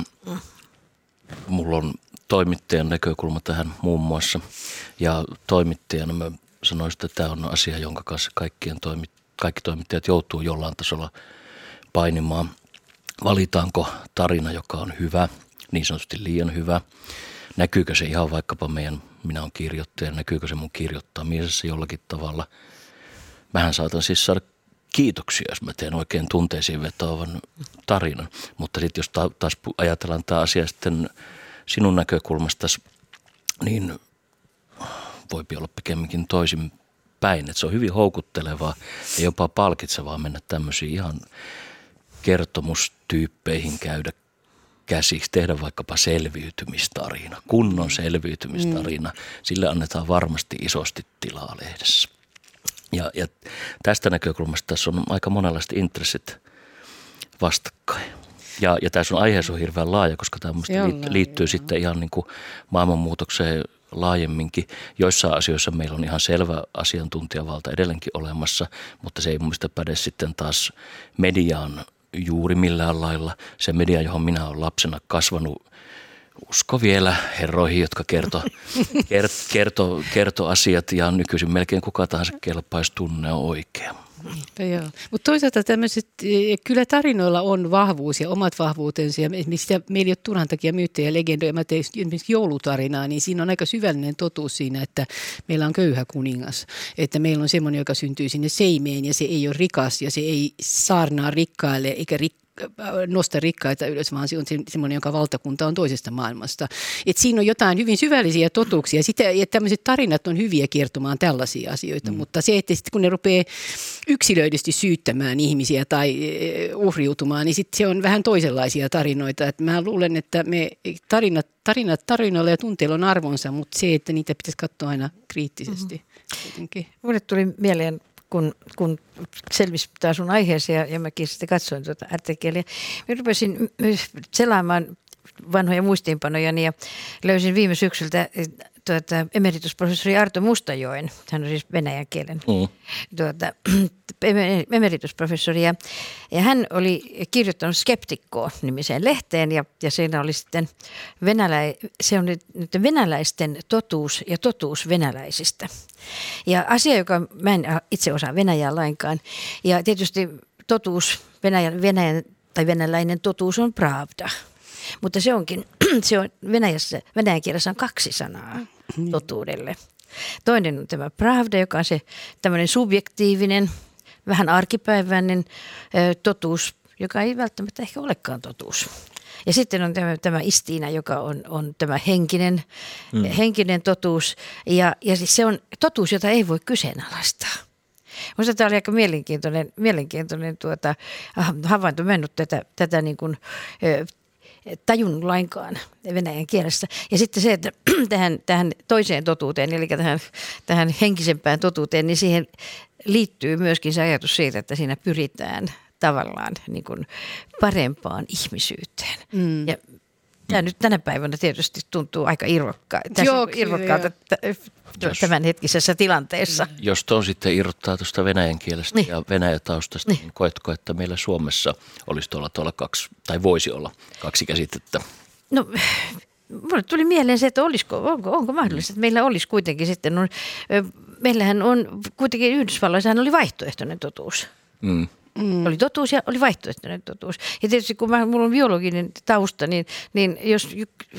mulla on toimittajan näkökulma tähän muun muassa ja toimittajana mä sanoisin, että tämä on asia, jonka kanssa kaikki toimittajat joutuu jollain tasolla painimaan. Valitaanko tarina, joka on hyvä, niin sanotusti liian hyvä? Näkyykö se ihan vaikkapa minä olen kirjoittaja, näkyykö se mun kirjoittamisessa jollakin tavalla? Mähän saatan siis saada kiitoksia, jos mä teen oikein tunteisiin vetoavan tarinan. Mutta sitten jos taas ajatellaan tämä asia sitten sinun näkökulmasta, niin voipi olla pikemminkin toisin päin. Että se on hyvin houkuttelevaa ja jopa palkitsevaa mennä tämmöisiin ihan kertomustyyppeihin käydä käsiksi, tehdä vaikkapa selviytymistarina, kunnon selviytymistarina. Sille annetaan varmasti isosti tilaa lehdessä. Ja tästä näkökulmasta tässä on aika monenlaiset intressit vastakkain. Ja tämä sun aiheessa on hirveän laaja, koska tämä liittyy sitten ihan niin kuin maailmanmuutokseen laajemminkin. Joissain asioissa meillä on ihan selvä asiantuntijavalta edelleenkin olemassa, mutta se ei mun mielestä päde sitten taas mediaan juuri millään lailla. Se media, johon minä olen lapsena kasvanut, usko vielä herroihin, jotka kertoo asiat ja nykyisin melkein kuka tahansa kelpaisi tunne on oikea. Mutta toisaalta tämmöiset, kyllä tarinoilla on vahvuus ja omat vahvuutensa ja esimerkiksi meillä ei ole turhan takia myyttejä ja legendoja. Mä tein esimerkiksi joulutarinaa, niin siinä on aika syvällinen totuus siinä, että meillä on köyhä kuningas. Että meillä on semmoinen, joka syntyy sinne seimeen ja se ei ole rikas ja se ei saarnaa rikkaille eikä nosta rikkaita ylös, vaan se on semmoinen, jonka valtakunta on toisesta maailmasta. Et siinä on jotain hyvin syvällisiä totuuksia. Ja tämmöiset tarinat on hyviä kertomaan tällaisia asioita, mutta se, että sitten kun ne rupeaa yksilöidysti syyttämään ihmisiä tai uhriutumaan, niin sitten se on vähän toisenlaisia tarinoita. Et mä luulen, että tarinoilla ja tunteilla on arvonsa, mutta se, että niitä pitäisi katsoa aina kriittisesti. Mulle tuli mieleen, kun selvisi tämä sun aiheesi ja mäkin sitten katsoin tuota artikkelia. Mä rupesin selaamaan vanhoja muistiinpanoja ja löysin viime syksyltä emeritusprofessori Arto Mustajoen. Hän on siis venäjän kielen emeritusprofessori. Ja hän oli kirjoittanut Skeptikko-nimiseen lehteen ja siinä oli sitten se on nyt venäläisten totuus ja totuus venäläisistä. Ja asia, joka mä en itse osaa venäjää lainkaan. Ja tietysti totuus, venäläinen totuus on pravda. Mutta se on venäjän kielessä on 2 sanaa totuudelle. Toinen on tämä pravda, joka on se tämmöinen subjektiivinen, vähän arkipäiväinen totuus, joka ei välttämättä ehkä olekaan totuus. Ja sitten on tämä istiina, joka on tämä henkinen totuus. Ja siis se on totuus, jota ei voi kyseenalaistaa. Minusta tämä oli aika mielenkiintoinen havainto. Mä en ole tätä niin kuin tajunnut lainkaan venäjän kielessä. Ja sitten se, että tähän toiseen totuuteen, eli tähän henkisempään totuuteen, niin siihen liittyy myöskin se ajatus siitä, että siinä pyritään tavallaan niin kuin parempaan ihmisyyteen. Ja tämä nyt tänä päivänä tietysti tuntuu aika irvokkaalta tämänhetkisessä tilanteessa. Jos tuon sitten irrottaa tuosta venäjän kielestä ja venäjätaustasta, niin koetko, että meillä Suomessa olisi tuolla 2, tai voisi olla 2 käsitettä? No, mulle tuli mieleen se, että onko mahdollista, että meillä olisi kuitenkin sitten, meillähän on kuitenkin Yhdysvalloissahan oli vaihtoehtoinen totuus. Oli totuus ja oli vaihtoehtoinen totuus. Ja tietysti kun mulla on biologinen tausta, niin jos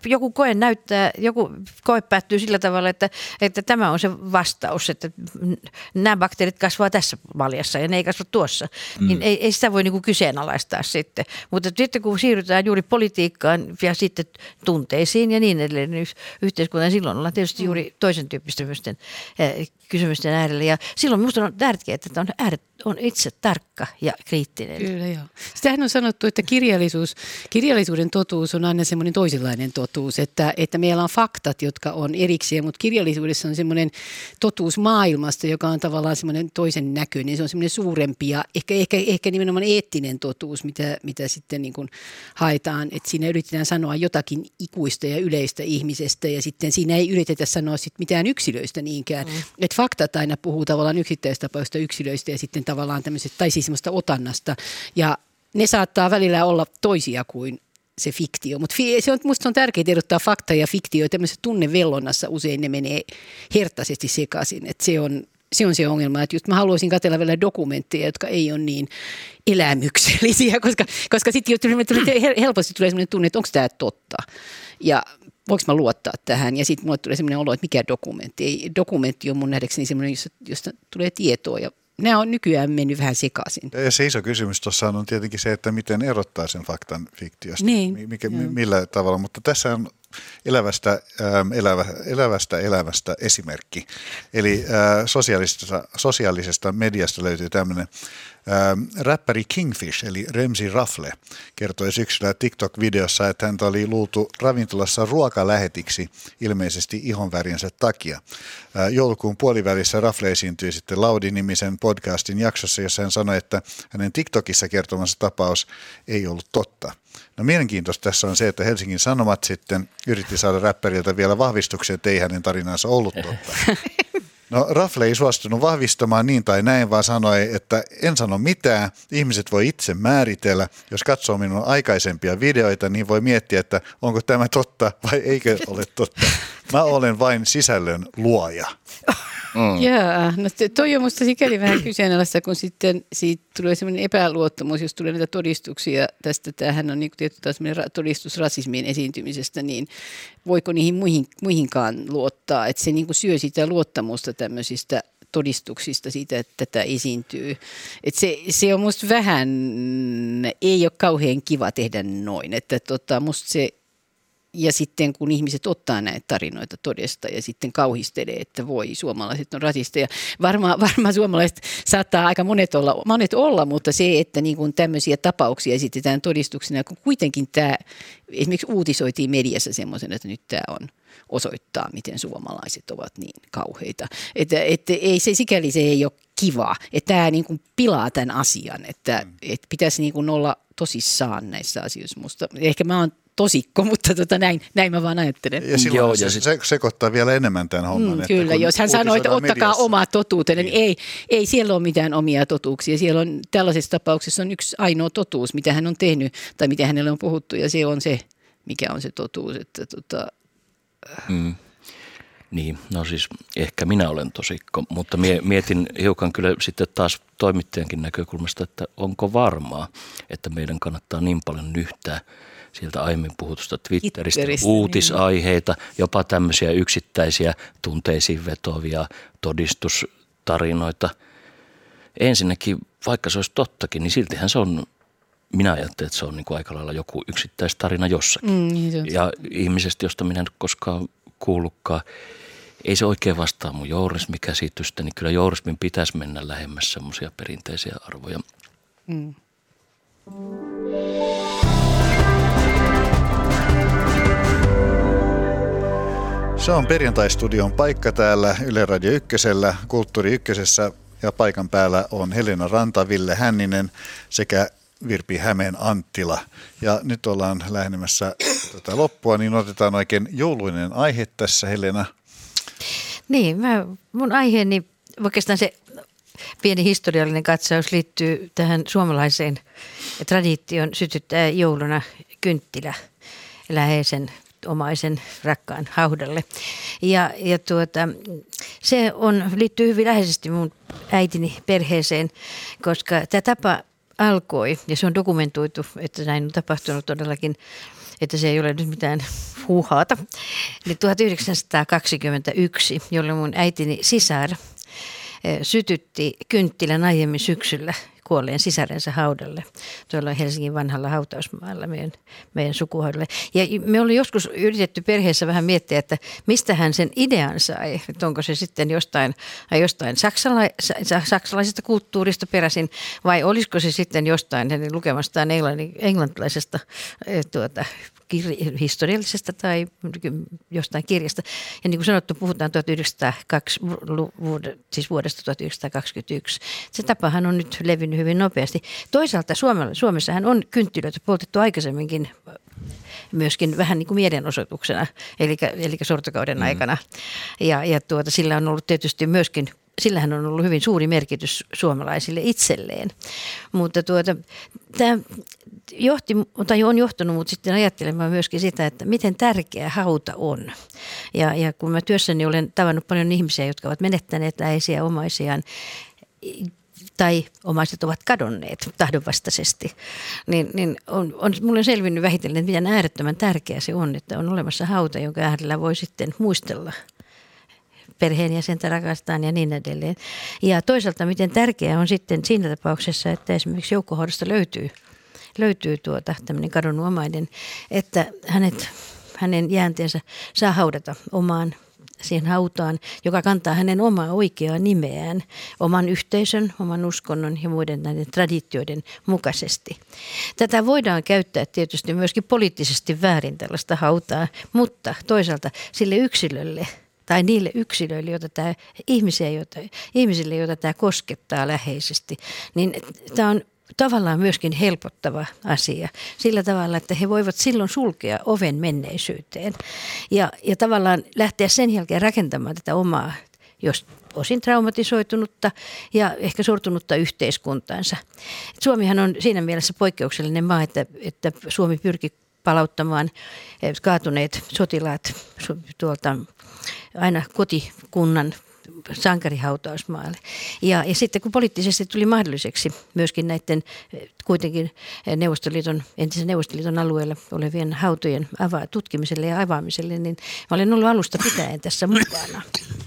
joku koe päättyy sillä tavalla, että tämä on se vastaus, että nämä bakteerit kasvaa tässä maljassa ja ne ei kasva tuossa. Niin ei sitä voi niin kuin kyseenalaistaa sitten. Mutta sitten kun siirrytään juuri politiikkaan ja sitten tunteisiin ja niin edelleen niin yhteiskuntaan, silloin ollaan tietysti juuri toisen tyyppisten kysymysten äärellä. Ja silloin minusta on tärkeää, että on itse tarkka ja kriittinen. Kyllä, joo. Sitähän on sanottu, että kirjallisuuden totuus on aina semmoinen toisenlainen totuus, että meillä on faktat, jotka on erikseen, mutta kirjallisuudessa on semmoinen totuus maailmasta, joka on tavallaan semmoinen toisen näköinen. Se on semmoinen suurempi ja ehkä nimenomaan eettinen totuus, mitä sitten niin kuin haetaan, että siinä yritetään sanoa jotakin ikuista ja yleistä ihmisestä ja sitten siinä ei yritetä sanoa sit mitään yksilöistä niinkään. Että faktat aina puhuu tavallaan yksittäistapauksista yksilöistä ja sitten tavallaan tämmöisestä, tai siis semmoista otannasta. Ja ne saattaa välillä olla toisia kuin se fiktio. Mutta musta on tärkeää erottaa fakta ja fiktio. Tämmöisessä tunnevellonnassa usein ne menee hertaisesti sekaisin. Että se on se ongelma, että just mä haluaisin katsella vielä dokumentteja, jotka ei ole niin elämyksellisiä, koska sitten helposti tulee sellainen tunne, että onko tämä totta. Ja voinko mä luottaa tähän? Ja sitten mulle tulee sellainen olo, että mikä dokumentti. Dokumentti on mun nähdäkseni sellainen, josta tulee tietoa ja nämä on nykyään mennyt vähän sekaisin. Ja se iso kysymys tuossa on tietenkin se, että miten erottaa sen faktan fiktiosta. Niin. Millä tavalla, mutta tässä on elävästä esimerkki. Eli sosiaalisesta mediasta löytyy tämmöinen räppäri Kingfish, eli Ramsey Ruffle, kertoi syksyllä TikTok-videossa, että häntä oli luultu ravintolassa ruokalähetiksi ilmeisesti ihonvärinsä takia. Joulukuun puolivälissä Ruffle esiintyi sitten Laudi-nimisen podcastin jaksossa, jossa hän sanoi, että hänen TikTokissa kertomansa tapaus ei ollut totta. No mielenkiintoista tässä on se, että Helsingin Sanomat sitten yritti saada räppäriltä vielä vahvistuksia, että ei hänen tarinansa ollut totta. No Ruffle ei suostunut vahvistamaan niin tai näin, vaan sanoi, että en sano mitään, ihmiset voi itse määritellä. Jos katsoo minun aikaisempia videoita, niin voi miettiä, että onko tämä totta vai eikö ole totta. Mä olen vain sisällön luoja. Jaa, no toi on musta sikäli vähän kyseenalaista, kun sitten siitä tulee semmoinen epäluottamus, jos tulee näitä todistuksia tästä. Tämähän on niin tietysti todistus rasismien esiintymisestä, niin voiko niihin muihinkaan luottaa, että se niin kuin syö sitä luottamusta tämmöisistä todistuksista siitä, että tätä esiintyy. Että se on musta vähän, ei ole kauhean kiva tehdä noin, että musta se. Ja sitten kun ihmiset ottaa näitä tarinoita todesta ja sitten kauhistelee, että voi, suomalaiset on rasisteja. Varmaan suomalaiset saattaa aika monet olla, mutta se, että niin kuin tämmöisiä tapauksia esitetään todistuksena, kun kuitenkin tämä esimerkiksi uutisoitiin mediassa semmoisen, että nyt tämä on osoittaa, miten suomalaiset ovat niin kauheita. Että ei se, sikäli se ei ole kiva, että tämä niin kuin pilaa tämän asian, että pitäisi niin kuin olla tosissaan näissä asioissa musta. Ehkä mä oon tosikko, mutta näin mä vaan ajattelen. Ja silloin se sekoittaa vielä enemmän tämän homman. Kyllä, jos hän sanoo, että ottakaa oma totuutenne, niin ei siellä ole mitään omia totuuksia. Siellä on tällaisessa tapauksessa on yksi ainoa totuus, mitä hän on tehnyt tai mitä hänelle on puhuttu, ja se on se, mikä on se totuus. Että Niin, no siis ehkä minä olen tosikko, mutta mietin hiukan kyllä sitten taas toimittajankin näkökulmasta, että onko varmaa, että meidän kannattaa niin paljon nyhtää sieltä aiemmin puhutusta Twitteristä uutisaiheita, jopa tämmöisiä yksittäisiä tunteisiin vetovia todistustarinoita. Ensinnäkin, vaikka se olisi tottakin, niin siltihän se on, minä ajattelen, että se on niin kuin aika lailla joku yksittäistarina jossakin. Niin ja ihmisestä, josta minä en koskaan kuullutkaan, ei se oikein vastaa mun jourismikäsitystä, niin kyllä jourismin pitäisi mennä lähemmäs semmoisia perinteisiä arvoja. Se on Perjantai-studion paikka täällä Yle Radio Ykkösellä, Kulttuuri Ykkösessä, ja paikan päällä on Helena Ranta, Ville Hänninen sekä Virpi Hämeen Anttila. Ja nyt ollaan lähenemässä tätä loppua, niin otetaan oikein jouluinen aihe tässä, Helena. Niin, mun aiheeni, oikeastaan se pieni historiallinen katsaus liittyy tähän suomalaiseen traditioon sytyttää jouluna kynttilä läheisen omaisen rakkaan haudalle. Ja se liittyy hyvin läheisesti mun äitini perheeseen, koska tämä tapa alkoi, ja se on dokumentoitu, että näin on tapahtunut todellakin että se ei ole nyt mitään huuhaata. Niin 1921, jolloin mun äitini sisar sytytti kynttilän aiemmin syksyllä kuolleen sisarensa haudalle. Tuolla Helsingin vanhalla hautausmaalla meidän sukuhaudalle. Ja me oli joskus yritetty perheessä vähän miettiä, että mistä hän sen idean sai. Että onko se sitten jostain saksalaisesta kulttuurista peräisin vai olisiko se sitten jostain hänen lukemastaan englantilaisesta historiallisesta tai jostain kirjasta. Ja niin kuin sanottu, puhutaan 1902, siis vuodesta 1921. Se tapahan on nyt levinnyt hyvin nopeasti. Toisaalta Suomessahan on kynttilöitä poltettu aikaisemminkin myöskin vähän niin kuin mielenosoituksena, eli sortokauden aikana. Ja sillä on ollut tietysti myöskin, sillähän on ollut hyvin suuri merkitys suomalaisille itselleen. Mutta tämä on johtanut mut sitten ajattelemaan myöskin sitä, että miten tärkeä hauta on. Ja kun mä työssäni olen tavannut paljon ihmisiä, jotka ovat menettäneet läheisiä omaisiaan, tai omaiset ovat kadonneet tahdonvastaisesti, niin mulle on selvinnyt vähitellen, miten äärettömän tärkeää se on, että on olemassa hauta, jonka äärellä voi sitten muistella perheenjäsentä rakastaan ja niin edelleen. Ja toisaalta miten tärkeää on sitten siinä tapauksessa, että esimerkiksi joukkohoidosta löytyy tämmöinen kadonnut omainen, että hänen jäänteensä saa haudata omaan siihen hautaan, joka kantaa hänen omaa oikeaa nimeään, oman yhteisön, oman uskonnon ja muiden näiden traditioiden mukaisesti. Tätä voidaan käyttää tietysti myöskin poliittisesti väärin tällaista hautaa, mutta toisaalta sille yksilölle tai niille yksilöille, ihmisille, joita tämä koskettaa läheisesti, niin tämä on tavallaan myöskin helpottava asia sillä tavalla, että he voivat silloin sulkea oven menneisyyteen ja tavallaan lähteä sen jälkeen rakentamaan tätä omaa, jos osin traumatisoitunutta ja ehkä sortunutta yhteiskuntaansa. Suomihan on siinä mielessä poikkeuksellinen maa, että Suomi pyrki palauttamaan kaatuneet sotilaat tuolta aina kotikunnan sankarihautausmaalle. Ja sitten kun poliittisesti tuli mahdolliseksi myöskin näiden kuitenkin entisen Neuvostoliiton alueella olevien hautojen tutkimiselle ja avaamiselle, niin mä olen ollut alusta pitäen tässä mukana.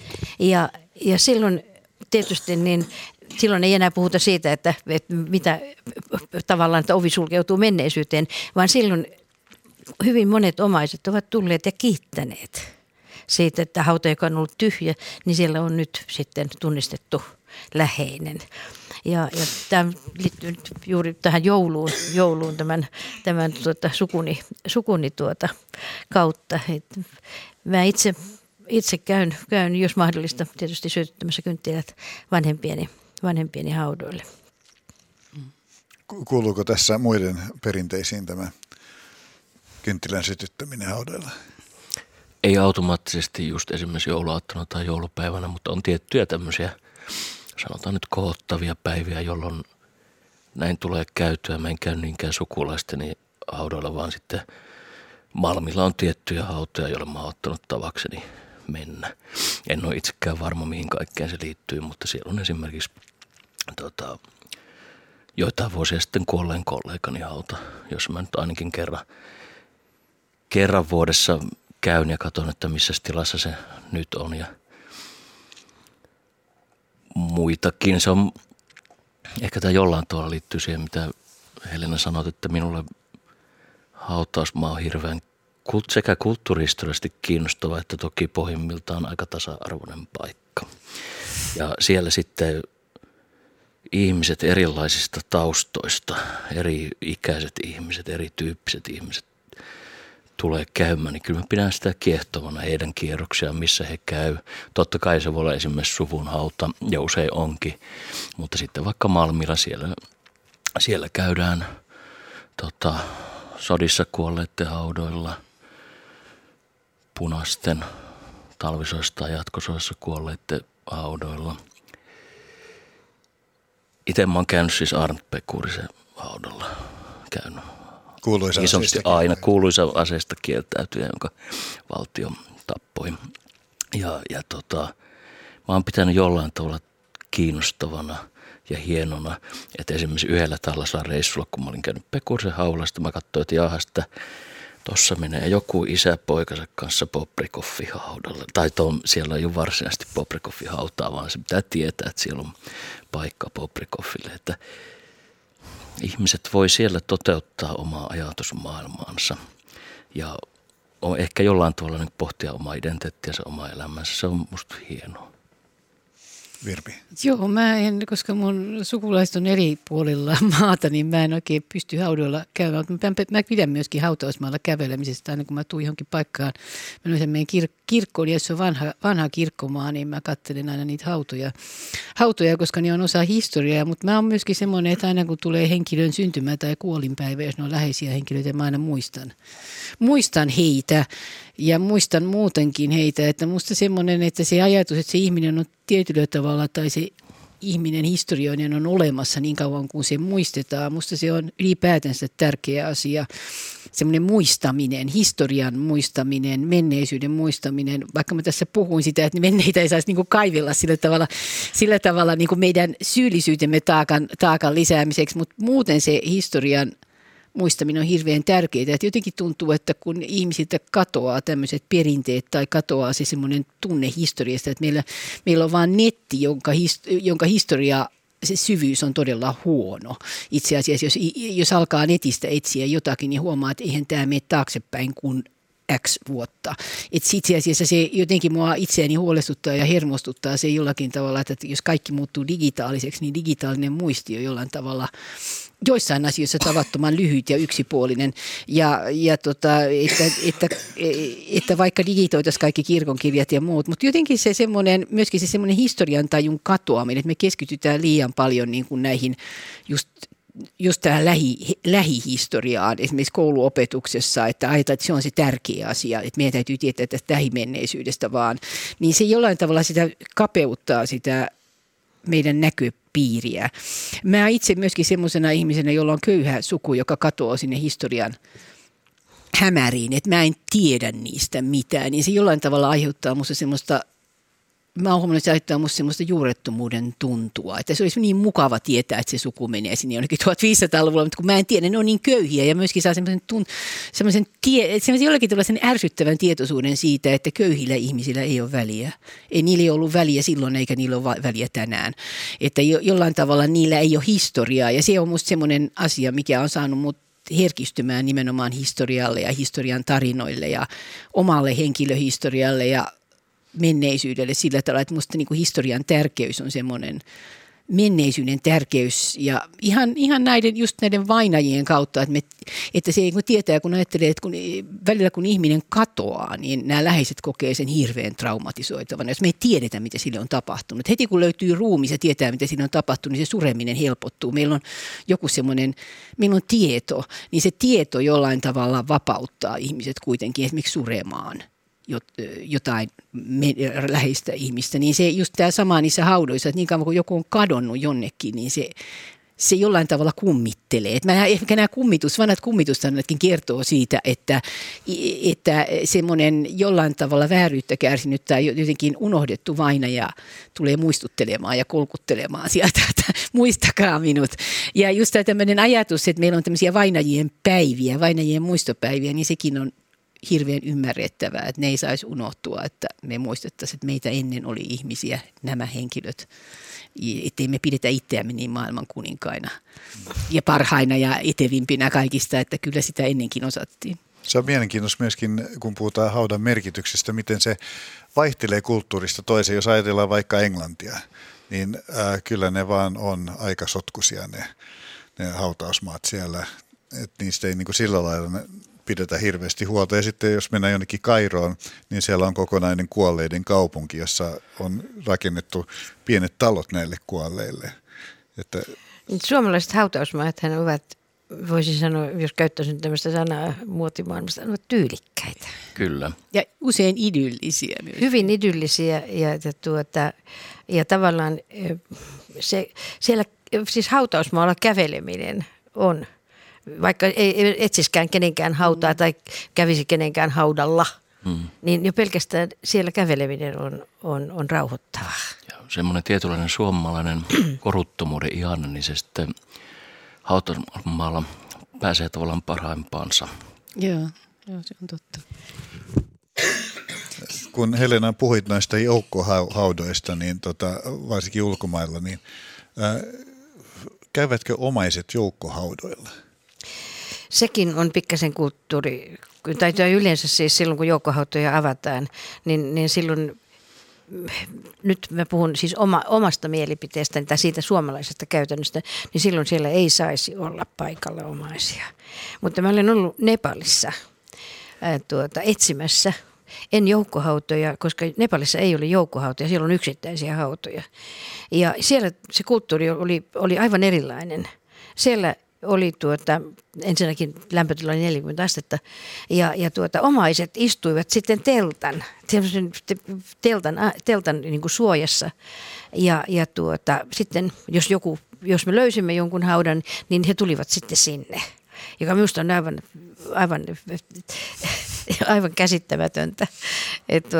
Ja silloin tietysti silloin ei enää puhuta siitä, että mitä tavallaan että ovi sulkeutuu menneisyyteen, vaan silloin hyvin monet omaiset ovat tulleet ja kiittäneet siitä, että hauta, joka on ollut tyhjä, niin siellä on nyt sitten tunnistettu läheinen. Ja tämä liittyy nyt juuri tähän jouluun tämän sukuni kautta. Mä itse käyn, jos mahdollista, tietysti syötyttämässä kynttilät vanhempieni haudoille. Kuuluuko tässä muiden perinteisiin tämä kynttilän sytyttäminen haudoilla? Ei automaattisesti just esimerkiksi jouluaattona tai joulupäivänä, mutta on tiettyjä tämmöisiä, sanotaan nyt kohottavia päiviä, jolloin näin tulee käytyä. Mä en käy niinkään sukulaisteni haudoilla, vaan sitten Malmilla on tiettyjä hautoja, joille mä oon ottanut tavakseni mennä. En ole itsekään varma, mihin kaikkeen se liittyy, mutta siellä on esimerkiksi joitain vuosia sitten kuolleen kollegani hauta, jos mä nyt ainakin kerran vuodessa käyn ja katson, että missä tilassa se nyt on ja muitakin. Se on, ehkä tämä jollain tavalla liittyy siihen, mitä Helena sanoi, että minulle hautausmaa on hirveän sekä kulttuurihistoriallisesti kiinnostava, että toki pohjimmiltaan aika tasa-arvoinen paikka. Ja siellä sitten ihmiset erilaisista taustoista, eri ikäiset ihmiset, erityyppiset ihmiset tulee käymään, niin kyllä mä pidän sitä kiehtovana heidän kierroksiaan, missä he käy. Totta kai se voi olla esimerkiksi suvun hauta, ja usein onkin, mutta sitten vaikka Malmilla siellä käydään sodissa kuolleiden haudoilla, punaisten talvisoista ja jatkosoissa kuolleiden haudoilla. Itse mä oon käynyt siis Arnt Pekurisen haudalla, käynyt. Kuuluisa isosti aina kuuluisa aseesta kieltäytyjä, jonka valtio tappoi. Ja mä oon pitänyt jollain tavalla kiinnostavana ja hienona, että esimerkiksi yhdellä tällaisella reissulla, kun mä olin käynyt Pekurisen haulasta, mä katsoin, että jahas, että Tuossa menee joku isä poikansa kanssa Bobrikoffin haudalle. Tai siellä ei ole varsinaisesti Bobrikoffin hautaa, vaan se pitää tietää, että siellä on paikka Bobrikoffille. Että ihmiset voi siellä toteuttaa omaa ajatusmaailmaansa ja ehkä jollain tavalla niin pohtia omaa identiteettiänsä, omaa elämänsä. Se on musta hienoa. Virpi. Joo, mä en, koska mun sukulaiset on eri puolilla maata, niin mä en oikein pysty haudoilla käymään. Mä pidän myöskin hautausmaalla kävelemisestä, aina kun mä tuun johonkin paikkaan. Mä noisen meidän kirkkoon, ja jos on vanha kirkkomaa, niin mä katselen aina niitä hautoja, koska ne on osa historiaa. Mutta mä oon myöskin semmoinen, että aina kun tulee henkilön syntymä tai kuolinpäivä, jos ne on läheisiä henkilöitä, mä aina muistan heitä. Ja muistan muutenkin heitä, että musta semmoinen, että se ajatus, että se ihminen on tietyllä tavalla tai se ihminen historioinen on olemassa niin kauan kuin se muistetaan. Musta se on ylipäätänsä tärkeä asia. Semmoinen muistaminen, historian muistaminen, menneisyyden muistaminen. Vaikka mä tässä puhuin sitä, että menneitä ei saisi niinku kaivella sillä tavalla niinku meidän syyllisyytemme taakan lisäämiseksi, mutta muuten se historian muistaminen on hirveän tärkeää. Että jotenkin tuntuu, että kun ihmisiltä katoaa tämmöiset perinteet tai katoaa se semmoinen tunne historiasta, että meillä on vaan netti, jonka historia, se syvyys on todella huono. Itse asiassa, jos alkaa netistä etsiä jotakin, niin huomaa, että eihän tämä mene taaksepäin kuin X vuotta. Että itse asiassa se jotenkin mua itseäni huolestuttaa ja hermostuttaa se jollakin tavalla, että jos kaikki muuttuu digitaaliseksi, niin digitaalinen muisti on jollain tavalla joissain asioissa tavattoman lyhyt ja yksipuolinen. Että vaikka digitoitaisiin kaikki kirkonkirjat ja muut, mutta jotenkin se semmoinen, myöskin se semmoinen historian tajun katoaminen, että me keskitytään liian paljon niin kuin näihin just tähän lähihistoriaan, esimerkiksi kouluopetuksessa, että ajatellaan, että se on se tärkeä asia, että meidän täytyy tietää tästä lähimenneisyydestä vaan, niin se jollain tavalla sitä kapeuttaa sitä meidän näköpiiriä. Mä itse myöskin semmoisena ihmisenä, jolla on köyhä suku, joka katoaa sinne historian hämäriin, että mä en tiedä niistä mitään, niin se jollain tavalla aiheuttaa musta semmoista, mä oon huomannut, että se aiheuttaa musta semmoista juurettomuuden tuntua, että se olisi niin mukava tietää, että se suku menee sinne jonnekin 1500-luvulla, mutta kun mä en tiedä, ne on niin köyhiä ja myöskin saa semmoisen jollakin tavalla sen ärsyttävän tietoisuuden siitä, että köyhillä ihmisillä ei ole väliä. Ei niillä ole ollut väliä silloin eikä niillä ole väliä tänään. Että jollain tavalla niillä ei ole historiaa ja se on musta semmoinen asia, mikä on saanut mut herkistymään nimenomaan historialle ja historian tarinoille ja omalle henkilöhistorialle ja menneisyydelle sillä tavalla, että musta niin kuin historian tärkeys on semmoinen menneisyyden tärkeys ja ihan näiden vainajien kautta, että se kun tietää, kun ajattelee, että välillä kun ihminen katoaa, niin nämä läheiset kokee sen hirveän traumatisoitavana. Jos me ei tiedetä, mitä sille on tapahtunut. Heti kun löytyy ruumis ja tietää, mitä sille on tapahtunut, niin se sureminen helpottuu. Meillä on joku semmoinen, meillä on tieto, niin se tieto jollain tavalla vapauttaa ihmiset kuitenkin esimerkiksi suremaan jotain läheistä ihmistä, niin se just tämä sama niissä haudoissa, että niin kauan kun joku on kadonnut jonnekin, niin se jollain tavalla kummittelee. Ehkä nämä vanhat kummitustanatkin kertoo siitä, että semmoinen jollain tavalla vääryyttä kärsinyt tai jotenkin unohdettu vainaja tulee muistuttelemaan ja kolkuttelemaan sieltä, että muistakaa minut. Ja just tämä tämmöinen ajatus, että meillä on tämmöisiä vainajien päiviä, vainajien muistopäiviä, niin sekin on hirveän ymmärrettävää, että ne ei saisi unohtua, että me muistettaisiin, että meitä ennen oli ihmisiä, nämä henkilöt, ettei me pidetä itseämme niin maailman kuninkaina ja parhaina ja etevimpinä kaikista, että kyllä sitä ennenkin osattiin. Se on mielenkiintoista myöskin, kun puhutaan haudan merkityksestä, miten se vaihtelee kulttuurista toiseen. Jos ajatellaan vaikka Englantia, niin kyllä ne vaan on aika sotkuisia ne hautausmaat siellä, että niistä ei niin kuin sillä lailla pidetä hirveästi huolta. Ja sitten jos mennään jonnekin Kairoon, niin siellä on kokonainen kuolleiden kaupunki, jossa on rakennettu pienet talot näille kuolleille. Että suomalaiset hautausmaathan ovat, voisin sanoa, jos käyttäisin tämmöistä sanaa muotimaailmasta, ovat tyylikkäitä. Kyllä. Ja usein idyllisiä myös. Hyvin idyllisiä ja tavallaan siellä siis hautausmaalla käveleminen on, vaikka ei etsiskään kenenkään hautaa tai kävisi kenenkään haudalla, niin jo pelkästään siellä käveleminen on rauhoittavaa. Ja semmoinen tietynlainen suomalainen koruttomuuden ihanne, niin se sitten hautausmaalla pääsee tavallaan parhaimpaansa. Joo. Joo, se on totta. Kun Helena puhuit noista joukkohaudoista, niin varsinkin ulkomailla, niin käyvätkö omaiset joukkohaudoilla? Sekin on pikkasen kulttuuri, tai yleensä siis silloin kun joukkohautoja avataan, niin silloin, nyt mä puhun siis omasta mielipiteestäni tai siitä suomalaisesta käytännöstä, niin silloin siellä ei saisi olla paikalla omaisia. Mutta mä olen ollut Nepalissa etsimässä, en joukkohautoja, koska Nepalissa ei ole joukkohautoja, siellä on yksittäisiä hautoja. Ja siellä se kulttuuri oli aivan erilainen. Siellä oli ensinnäkin lämpötila 40 astetta ja omaiset istuivat sitten teltan niin kuin suojassa ja sitten jos me löysimme jonkun haudan, niin he tulivat sitten sinne, joka minusta on aivan käsittämätöntä, että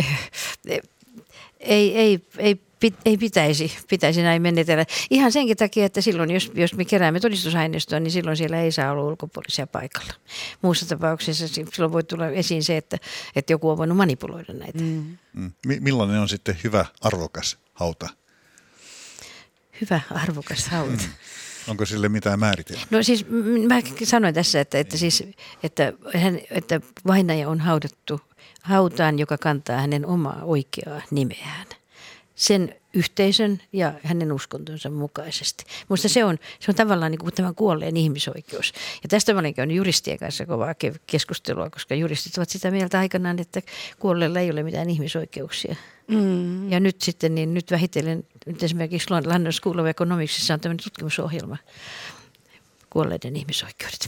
ei pitäisi näin menetellä. Ihan senkin takia, että silloin, jos me keräämme todistusaineistoa, niin silloin siellä ei saa olla ulkopuolisia paikalla. Muussa tapauksessa silloin voi tulla esiin se, että joku on voinut manipuloida näitä. Millainen on sitten hyvä, arvokas hauta? Hyvä, arvokas hauta. Onko sille mitään määritelmää? No siis mä sanoin tässä, että vainaja on haudattu hautaan, joka kantaa hänen omaa oikeaa nimeään. Sen yhteisön ja hänen uskontonsa mukaisesti. Minusta se on tavallaan niin kuin tämän kuolleen ihmisoikeus. Ja tästä mä olen käynyt juristien kanssa kovaa keskustelua, koska juristit ovat sitä mieltä aikanaan, että kuolleella ei ole mitään ihmisoikeuksia. Ja nyt sitten, niin nyt vähitellen, nyt esimerkiksi London School of Economicsissa on tämmöinen tutkimusohjelma, kuolleiden ihmisoikeudet.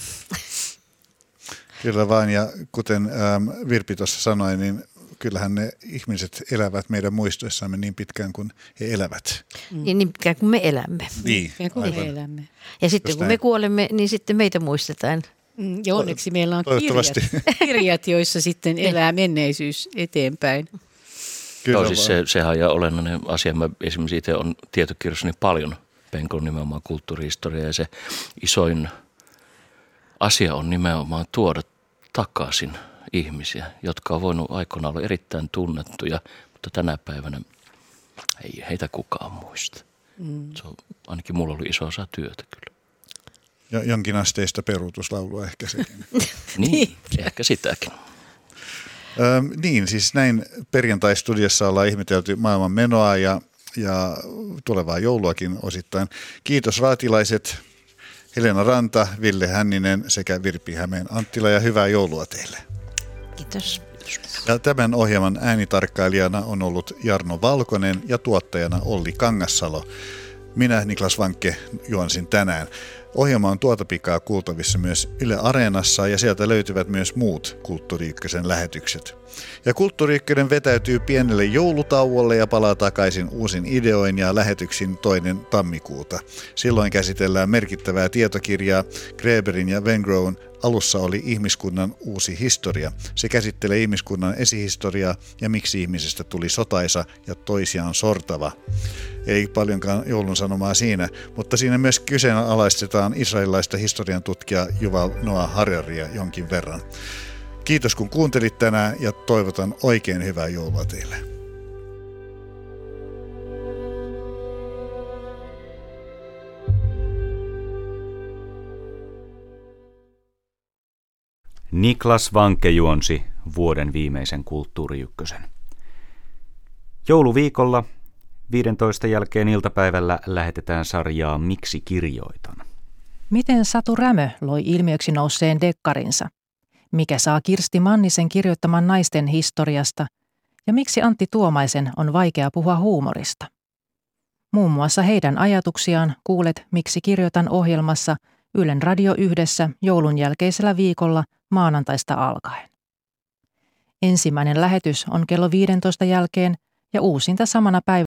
Kyllä vaan, ja kuten Virpi tuossa sanoi, niin kyllähän ne ihmiset elävät meidän muistoissamme niin pitkään kuin he elävät. Niin pitkään kuin me elämme. Niin, elämme. Ja sitten kun me kuolemme, niin sitten meitä muistetaan. Ja onneksi meillä on kirjat, joissa sitten elää menneisyys eteenpäin. Kyllä joo, siis sehän on ja olennainen asia. Mä esimerkiksi itse olen tietokirjassani paljon penkonut nimenomaan kulttuurihistoriaa ja se isoin asia on nimenomaan tuoda takaisin ihmisiä, jotka on voinut aikoinaan olla erittäin tunnettuja, mutta tänä päivänä ei heitä kukaan muista. Se on, ainakin mulla oli iso osa työtä kyllä. Ja jonkinasteista peruutuslaulua ehkä sekin. Niin, ehkä sitäkin. Niin, siis näin perjantai-studiossa ollaan ihmetelty maailman menoa ja tulevaa jouluakin osittain. Kiitos raatilaiset, Helena Ranta, Ville Hänninen sekä Virpi Hämeen Anttila ja hyvää joulua teille. Kiitos. Ja tämän ohjelman äänitarkkailijana on ollut Jarno Valkonen ja tuottajana Olli Kangassalo. Minä, Niklas Vankke, juonsin tänään. Ohjelma on tuota pikaa kuultavissa myös Yle Areenassa ja sieltä löytyvät myös muut Kulttuuri Ykkösen lähetykset. Ja Kulttuuri Ykkönen vetäytyy pienelle joulutauolle ja palaa takaisin uusin ideoin ja lähetyksin 2. tammikuuta. Silloin käsitellään merkittävää tietokirjaa Greberin ja Wengrown Alussa oli ihmiskunnan uusi historia. Se käsittelee ihmiskunnan esihistoriaa ja miksi ihmisestä tuli sotaisa ja toisiaan sortava. Ei paljonkaan joulun sanomaa siinä, mutta siinä myös kyseenalaistetaan israelilaista historian tutkija Yuval Noah Hararia jonkin verran. Kiitos kun kuuntelit tänään ja toivotan oikein hyvää joulua teille. Niklas Vankke juonsi vuoden viimeisen Kulttuuri Ykkösen. Jouluviikolla 15 jälkeen iltapäivällä lähetetään sarjaa Miksi kirjoitan. Miten Satu Rämö loi ilmiöksi nousseen dekkarinsa? Mikä saa Kirsti Mannisen kirjoittaman naisten historiasta? Ja miksi Antti Tuomaisen on vaikea puhua huumorista? Muun muassa heidän ajatuksiaan kuulet Miksi kirjoitan -ohjelmassa Ylen Radio Yhdessä joulun jälkeisellä viikolla maanantaista alkaen. Ensimmäinen lähetys on kello 15 jälkeen ja uusinta samana päivänä